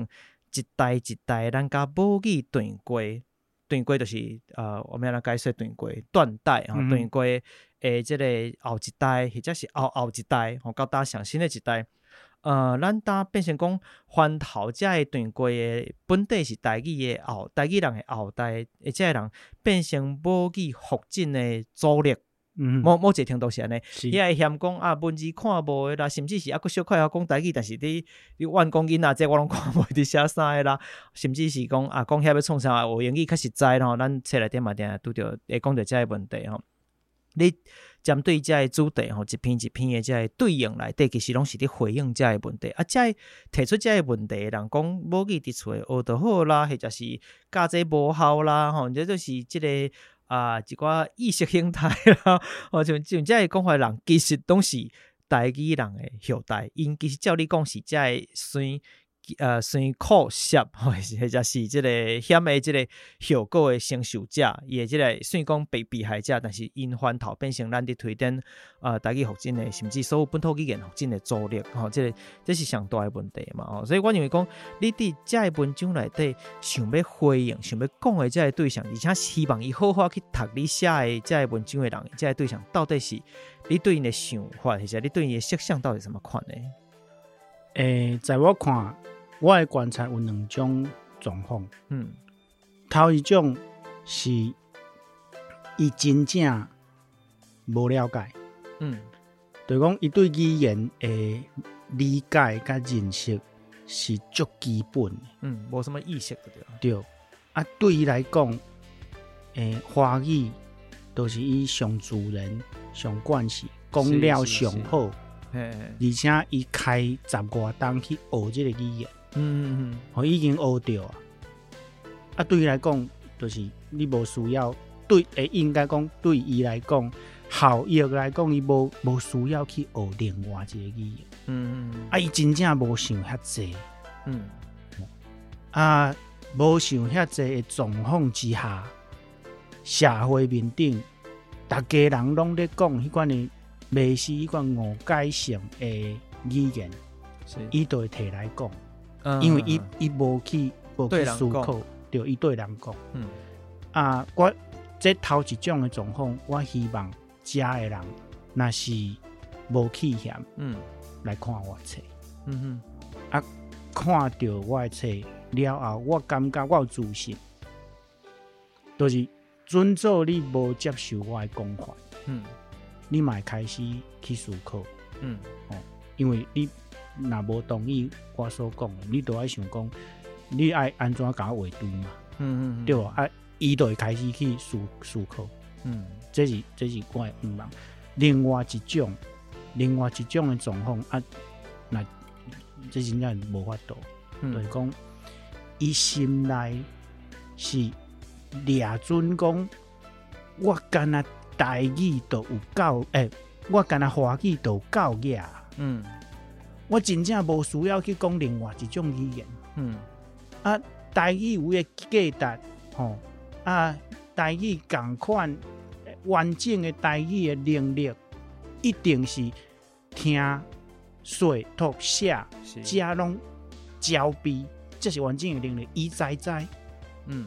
一代一代咱甲母语传过，传过就是呃，我们要来解说传过断代吼，传过诶，即个后一代或者是后后一代，吼，到搭上新的一代。呃，咱搭变成讲翻头遮个传过诶本地是台语诶后台语人诶后代，而且人变成母语复振诶主力。 嗯， 某某一个程度是安尼， 是伊会嫌讲啊文字看无诶啦，甚至是啊，佫小可会晓讲台语，但是你你怨讲囡仔这我拢看无伫写啥诶啦，甚至是讲啊讲遐要创啥学英语较实在咯，咱册内底嘛定拄着会讲着遮个问题吼。你针对遮个主题吼，一篇一篇诶遮个对应内底，其实拢是伫回应遮个问题。啊，遮提出遮个问题诶人讲母语伫厝诶学得好啦，或者是教这无效啦，吼，这就是即、这个。啊，一寡意识形态啦，哦，像像这个讲话人，其实拢是台语人的后代，因其实照你讲是这个算呃算苦涩，或者是这个险的这个后果的承受者，伊的这个算讲被被害者，但是因翻头变成咱伫推展呃台语复振的，甚至所有本土语言复振的助力，吼、哦，这个这是上大的问题嘛，哦，所以我认为讲，你伫这个文章内底想要回应、想要讲的这个对象，而且希望伊好好去读你写的这个文章的人，这个对象到底是你对因的想法，或者你对因的设想到底什么款呢？ 诶，在我看。我的观察有两种状况， 嗯， 头一种是伊真正无了解， 嗯， 就讲伊对语言的理解甲认识是足基本的， 嗯，无什么意识对吧？ 对，啊，对伊来讲，诶，华语都是伊上自然、上惯势，讲了上好，而且伊开十外档去学这个语言。嗯嗯嗯，我已经学到啊！啊，对伊来讲，就是你无需要对，诶，应该讲对伊来讲，效益来讲，伊无无需要去学另外一个语言。嗯嗯，啊，伊真正无想遐济。嗯，啊，无想遐济的状况之下，社会面顶，大家人拢咧讲迄款的类似迄款误解性的语言，伊都会摕来讲。嗯、因为伊伊无去无去思考，对伊对人讲。嗯啊，我这头一种的状况，我希望遮的人若是无气嫌，嗯，来看我册，嗯哼，啊，看到我的册了后，我感觉我有自信，就是准做你无接受我的讲法，嗯，你嘛开始去思考，嗯，哦，因为你。若无同意我所讲的，你都爱想讲，你爱安怎甲我画图嘛？嗯嗯，对吧？啊，伊就会开始去思思考。嗯，这是这是我的愿望。另外一种，另外一种的状况啊，那这真正无法度。嗯、就是讲，伊心内是掠准讲，我干那台语都有够，诶、欸，我干那华语都有够野。嗯。我真正无需要去讲另外一种语言，嗯，啊，台语有个价值，吼，啊，台语同款完整的台语的能力，一定是听、说、读、写，加拢交臂，这是完整的能力，伊知知，嗯，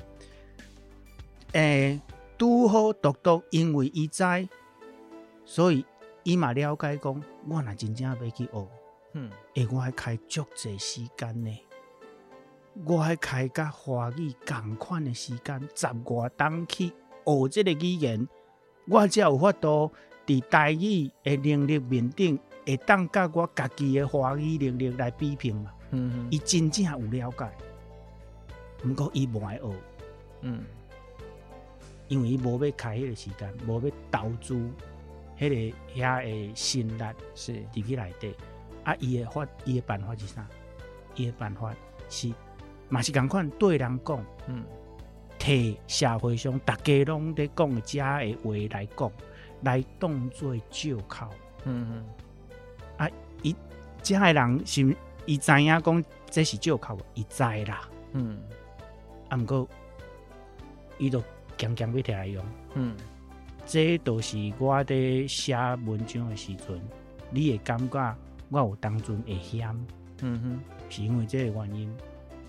诶，拄好独独因为伊知，所以伊嘛了解讲，我若真正要去学。嗯，诶，我还开足济时间呢，我还开甲华语同款的时间，十外档去学这个语言，我才有法度伫台语的能力面顶，会当甲我家己的华语能力来比拼嘛。嗯，伊真正有了解，不过伊无爱学，嗯，因为伊无要开迄个时间，无要投资迄个遐的心力是伫去内底。啊，伊的法，伊的办法是啥？伊的办法是，嘛是同款对人讲，嗯，摕社会上大家拢在讲的遮的话来讲，来当做借口，嗯嗯，啊，伊遮的人是，伊知影讲这是借口，伊知啦，嗯，啊，毋过伊就强强要摕来用，嗯，这都是我伫写文章的时阵，你会感觉。我有当阵会险，嗯哼，是因为这个原因，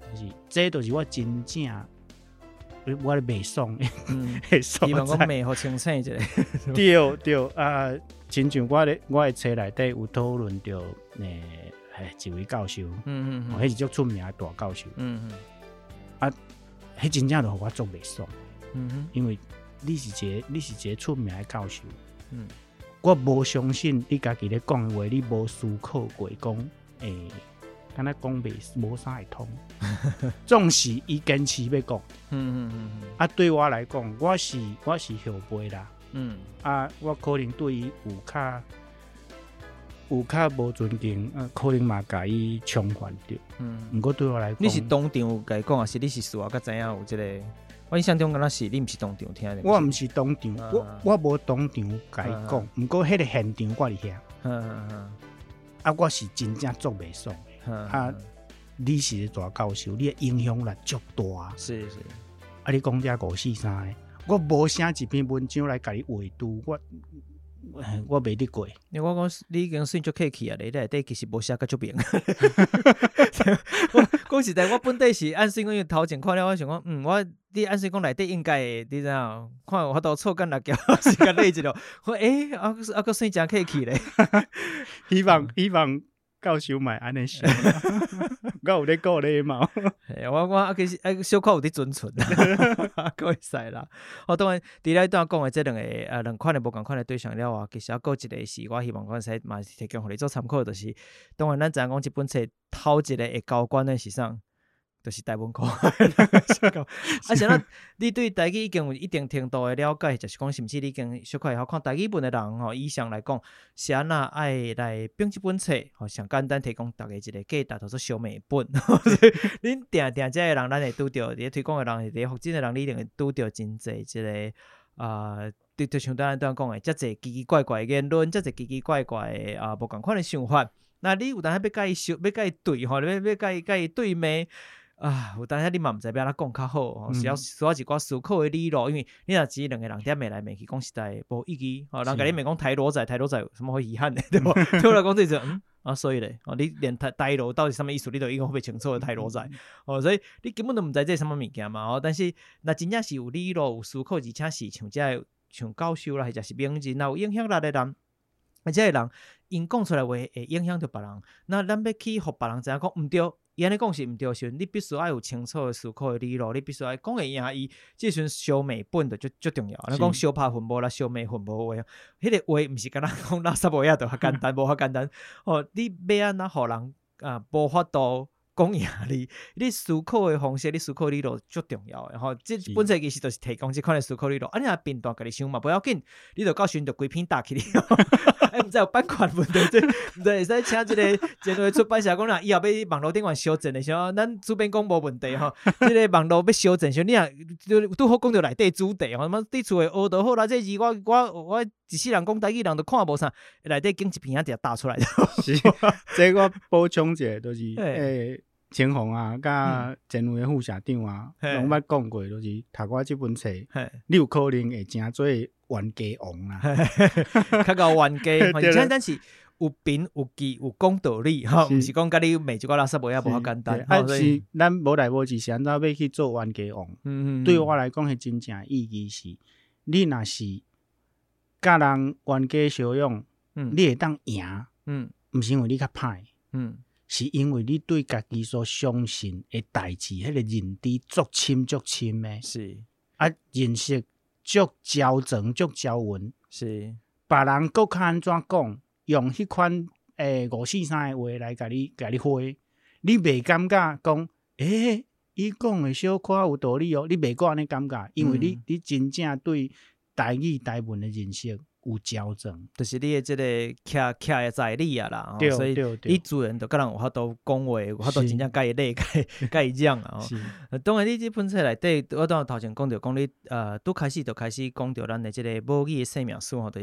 就是这就是我真正我咧袂爽的， 嗯， 会爽希望我在美好清醒一下。 对对啊，亲像我咧我的册内底有讨论到诶，诶一位教授， 嗯嗯哦，迄是足出名的大教授， 嗯嗯啊，迄真正就互我足袂爽， 嗯嗯因为你是一个你是一个出名的教授， 嗯， 我无相信你家己咧讲的话，你无思考过讲诶。敢若讲袂无啥会通，总是伊坚持要讲。 嗯嗯嗯啊，对我来讲，我是我是后辈啦。 嗯啊，我可能对伊有较有较无尊敬，啊，可能嘛甲伊冲犯着。 嗯， 毋过对我来讲， 你是当场有甲伊讲，还是你是事后甲知影有即、這个？我印象中敢若是你毋是当場聽的。 我毋是当场， 啊我我無當場甲伊講，毋過迄個現場我伫遐。 嗯嗯嗯啊，我是真正足袂爽。啊，你是一个大教授，你的影響力足大。 是是。 啊，你講遮五四三的，我無寫一篇文章來甲你畫圖，我我袂得過。 你我講你已經算足客氣啊！你內底其實無寫甲足明。我講實在，我本底是按算講頭前看了，我想講，嗯，我你按算講內底應該會，你知影？看有法度錯間六條時間累一落，我誒，啊啊個算真客氣咧。 希望希望。教授咪安尼想，我有咧鼓勵嘛。 我我啊其實啊小可有啲遵循，各會使啦。我當然伫咧段講嘅這兩個呃兩款嘅無共款嘅對象了啊，其實還有一個是我希望講使嘛是提供互你做參考，就是當然咱知影講這本冊頭一個會交關嘅是啥？就是台灣課。啊，像咱你對台語已經有一定程度的了解，就是講甚至你已經小可會曉看台語文的人吼，以上來講，是安那愛來編這本冊，吼，上簡單提供大家一個價值，叫做小美本。恁定定這個人，咱會拄到，佇推廣的人，佇發展的人，你一定會拄到真濟即個啊，對對，像咱咱講的，遮濟奇奇怪怪的言論，遮濟奇奇怪怪的啊，無共款的想法。那你有當下要甲伊修，要甲伊對吼，要要甲伊甲伊對罵。啊，有當下你嘛毋知要安怎講較好，哦、嗯，需要需要一寡思考的理路，因為你若只兩個人踮罵來罵去，講實在無意義。哦，人甲你罵講台羅仔，台羅仔有什麼好遺憾的，對無？對我來講，就是嗯啊，所以咧，哦，你連台台羅到底什麼意思，你都應該會清楚的台羅仔。哦，所以你根本都毋知這什麼物件嘛。哦，但是若真正是有理路、有思考，而且是像這像教授啦，或者是名人，若有影響力的人，而且個人因講出來話會影響到別人，那咱要去互別人知影講毋對。伊安尼講是毋對時，你必須要有清楚的思考的理路，你必須要講會贏伊。即陣小美本就最最重要。咱講小拍分無啦，小美分無話，迄、那個話毋是敢若講垃圾話，就較簡單，無較簡單。哦，你要安怎互人啊無法度講贏你？你思考的方式，你思考理路最重要的。吼，即本冊其實就是提供即款的思考理路。啊，你若變段家己想嘛，不要緊，你就到時陣就規篇打起嚟。哎，毋知有版權問題，即毋知會使請即個前衛出版社講啦，以後要網絡頂懸修正的時候，咱主編講無問題吼。即個網絡要修正時候，你若拄好講到內底主題吼，什麼佇厝誒學就好啦。這字我我我一世人講台語人都看無啥，內底經一篇仔打出來。 是，這個補充者就是誒。清風啊，甲前衛副社長啊，攏捌講過，就是讀我這本冊，你有可能會成做冤家王啦。 較夠冤家，而且咱是有憑有據有講道理，吼，毋是講甲你罵一寡垃圾話啊，無較簡單。 啊，是咱無來無去，是安怎要去做冤家王？嗯嗯。對我來講，係真正意義是，你若是甲人冤家相擁，你會當贏，嗯，毋是因為你較歹，嗯。是因為你對家己所相信的代志，迄、那個認知足深足深的，是啊，認識足交層足交文，是別人閣較安怎講，用迄款誒五四三的話來甲你甲你回，你袂感覺講，誒，伊講的小可有道理哦，你袂閣安尼感覺，因為你、嗯、你真正對台語台文的認識。有交證， 就是你的這個徛徛的在理啊啦，哦、所以你自然就甲人有法度講話，有法度真正甲伊理解甲伊講啊。當然，你這本冊內底，我當頭前講到講你呃，拄開始就開始講到咱的這個母語的生命史吼，就是你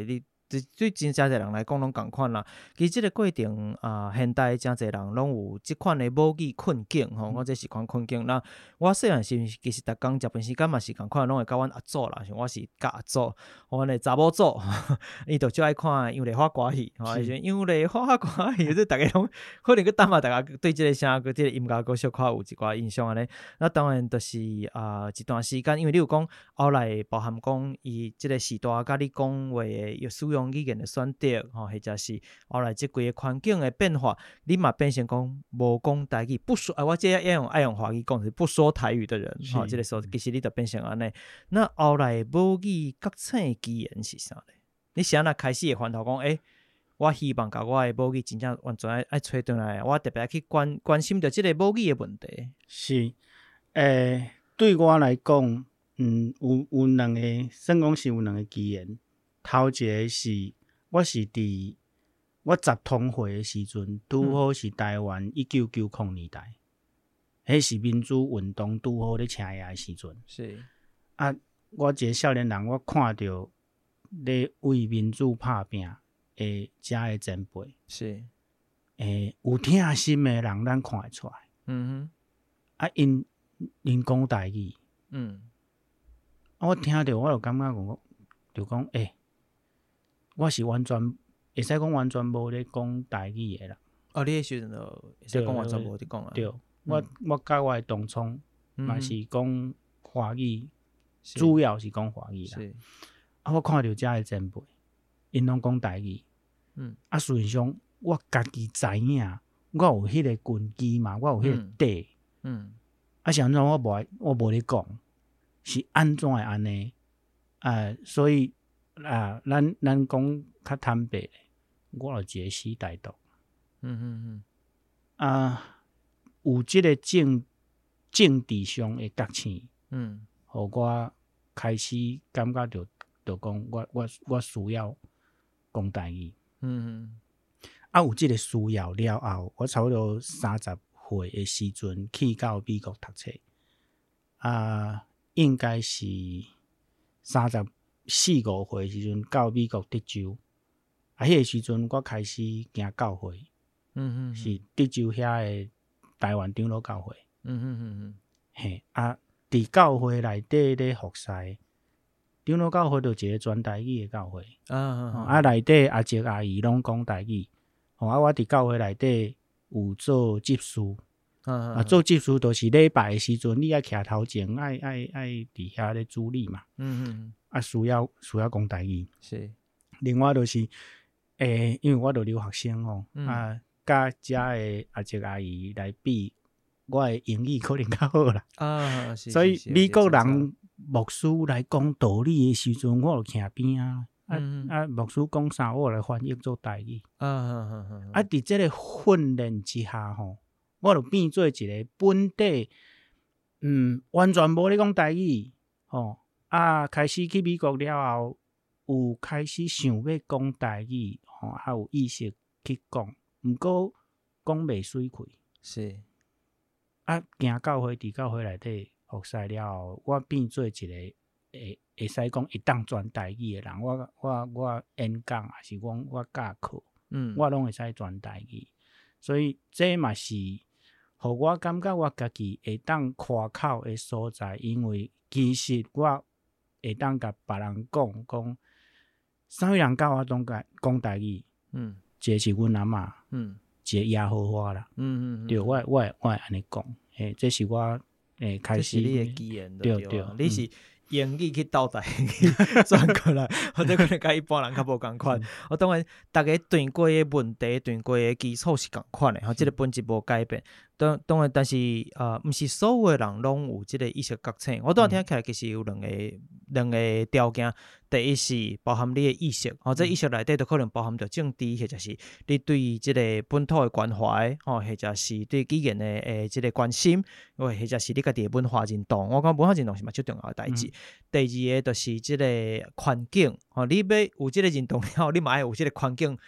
对真正侪人来讲拢共款啦。其实即个过程啊、呃，现代真侪人拢有即款的母语困境吼，我这是款困境。那我细汉时其实逐工食饭时间嘛是共款，拢会甲阮阿祖啦，像我是甲阿祖，阮的查某祖，伊就最爱看杨丽花歌戏，吼，杨丽花歌戏，即逐个拢可能个等下，大家对即个声个即个音乐个小可有一寡印象安尼。那当然就是啊、呃、一段时间，因为你有讲后来包含讲伊即个时代甲你讲话的使用语言的选择，吼，或者是后来即规个环境的变化，你嘛变成讲无讲台语，不说啊，我即爱用爱用华语讲是不说台语的人，吼，即、這個时候其实你就变成安尼。那后来母语觉醒的机缘是啥咧？你是安那开始会烦恼讲，诶、欸，我希望甲我的母语真正完全爱爱找转来，我特别去关关心着即个母语的问题。 是，诶、欸，对我来讲，嗯，有有两个，算讲是有两个机缘。头一个是，我是伫我十通岁的时阵，拄好是台湾一九九零年代，迄、嗯、是民主运动拄好咧请野的时阵。 是啊，我一个少年人，我看到咧为民主拍拼的遮的前辈， 是诶，有疼心的人，咱看会出来。 嗯哼， 啊，因因讲台语， 嗯， 啊，我听着我就感觉讲，就讲诶。欸我是完全会使讲完全无咧讲台语的啦。 哦，你迄时阵就会使讲完全无伫讲啊。 对，嗯、我我甲我的同窗嘛是讲华语，主要是讲华语啦。啊，我看到遮个前辈，因拢讲台语。嗯。啊，事实上我家己知影，我有迄个根基嘛，我有迄个底。嗯。啊，是安怎我无我无咧讲，是安怎会安尼？啊，所以。啊，咱咱讲较坦白，我就一个死台独。嗯嗯嗯。啊，有即个政政治上的觉醒，嗯，互我开始感觉着，着讲我我我需要讲台语。嗯嗯。啊，有即个需要了后，我差不多三十岁的时阵去到美国读册。啊，应该是三十。四五岁时阵到美国德州，啊，迄个时阵我开始行教会，嗯嗯，是德州遐个台湾长老教会，嗯嗯嗯嗯，嘿，啊，伫教会内底咧服侍，长老教会就一个全台语的教会，啊啊啊，内底阿叔阿姨拢讲台语，吼啊，我伫教会内底有做执事。啊，做执事就是礼拜的时阵，你爱徛头前，爱爱爱伫遐咧主理嘛。嗯嗯。啊，需要需要讲台语。是。另外就是，诶、欸，因为我都留学生哦，嗯、啊，甲遮的阿叔阿姨来比，我的英语可能较好啦。啊，是。所以美国人牧师来讲道理的时阵，我就徛边啊。嗯、啊啊，牧师讲啥，我来翻译做台语。啊啊啊啊！啊，伫这个训练之下吼。我就变做一个本地，嗯，完全无咧讲台语，吼啊！开始去美国了后，有开始想要讲台语，吼，还有意识去讲，毋过讲袂水开。是啊，行教会伫教会内底服侍了后，我变做一个会会使讲会当全台语的人。我我我演讲还是讲我教课，嗯，我拢会使全台语，所以这嘛是。互我感觉我家己会当夸口的所在，因为其实我会当甲别人讲讲，啥物人教我讲讲台语，嗯，一个是阮阿嬷，嗯，一个耶和华啦，嗯嗯，对，我我我会安尼讲，诶，这是我诶开始， 这是你的基因， 对对， 你是英语去倒台语转过来，或者可能甲一般人较无共款。我当然，大家对过的问题、对过的基础是共款的，吼，这个本质无改变。当当然，但是呃，毋是所有的人拢有即个意识觉醒。我当然听起来其实有两个两个条件，第一是包含你的意识，吼、哦，这意識內底都可能包含着政治，或者是你對即個本土的關懷，吼、哦，或者是對語言的誒即個關心，或或者是你家己的文化認同。我講文化認同是嘛最重要的代志。嗯、第二個就是即個環境，吼、哦，你要有即個認同了後，你嘛愛有即個環境。對。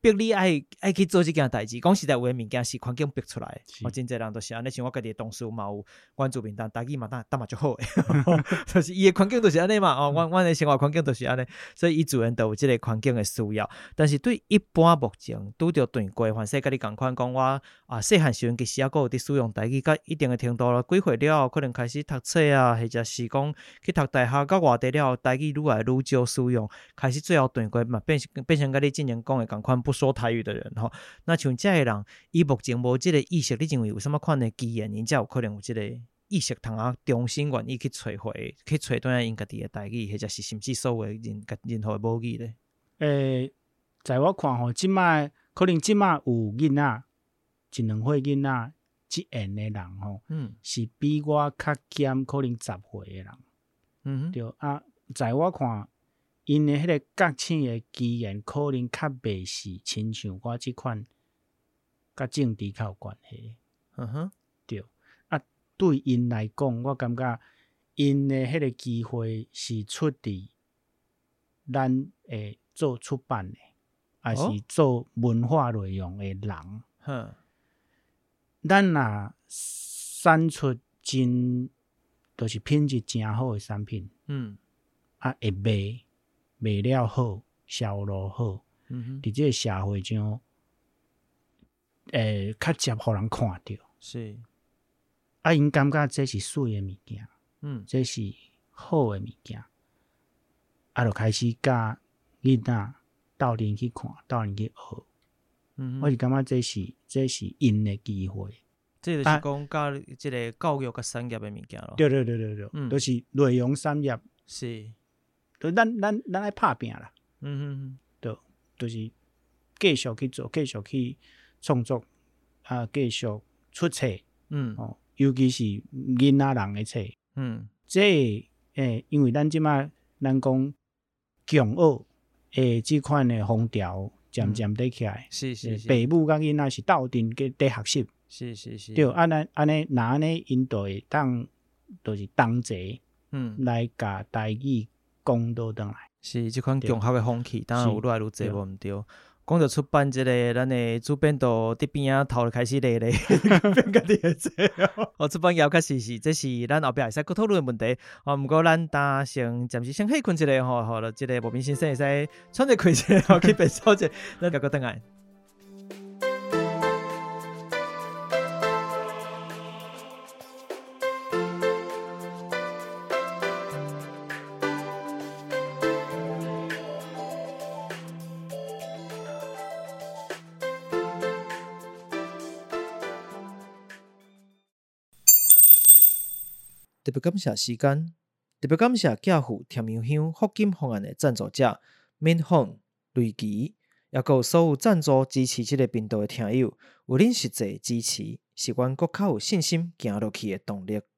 逼你爱爱去做这件代志。讲实在，有的物件是环境逼出来的。我、哦、真侪人都是安尼，像我家己的同事嘛有原住民，但台语嘛打打嘛就好诶，就是伊的环境就是安尼嘛。哦，阮阮的生活环境就是安尼，所以伊自然都有这个环境的需要。但是对一般目前拄着断过，凡说甲你共款讲我啊，细汉时阵其实还佫有伫使用台语，到一定的程度了，几岁了后可能开始读册啊，或者是讲去读大学到外地了后，台语愈来愈少使用，开始最后断过嘛，变成变成甲你之前讲的共款不说台语的人吼。那像这个人，伊目前无这个意识，你认为有什么款的机缘，因才有可能有这个意识，通啊重新愿意去找回，去找倒来因家己的台语，或者是甚至所有的任任何的母语咧？ 诶，在我看吼，即摆可能即摆有囡仔，一两岁囡仔即缘的人吼，嗯，是比我较减可能十岁的人，嗯，对啊，在我看，因的迄个觉醒的机缘，可能较袂是亲像我即款，甲政治较有关系，嗯哼，对啊，对因来讲，我感觉因的迄个机会是出伫咱诶做出版的，还是做文化内容的人，哼，咱若产出真，就是品质真好的产品，嗯，啊会卖卖了好，销路好，嗯哼，伫这个社会上，诶较接互人看到，是，啊因感觉这是水的物件，嗯，这是好的物件，啊就开始教囡仔斗阵去看，斗阵去学，嗯，我是感觉这是这是因的机会。 这就是讲教这个教育甲产业的物件咯。 对对对对对，嗯，都、就是内容产业是，都咱咱咱爱拍拼啦，嗯嗯，对，就是继续去做，继续去创作啊，继续出册，嗯，哦，尤其是囡仔人的册，嗯，这诶，因为咱即摆咱讲强学诶，即款的风潮渐渐在起来，是是是，父母甲囡仔是斗阵去在学习。是是是，对，安尼安尼，那安尼因就会当，就是同齐，嗯，来甲台语讲倒转来。 是这款强学的风气，当然有愈来愈侪无毋对。讲到出版这个，咱的主编都伫边仔头开始咧咧，变家己的册哦。出版业确实是，这是咱后壁会使搁讨论的问题。哦，毋过咱打先暂时先休困一下吼，吼了，这个无名先生会使喘者开一下，吼去便所者，咱再搁转来。特别感谢时间，特别感谢教父甜苗香福金方案的赞助者免访、雷奇，也有所有赞助支持这个频道的听友，有恁实际支持，是阮更较有信心行落去的动力。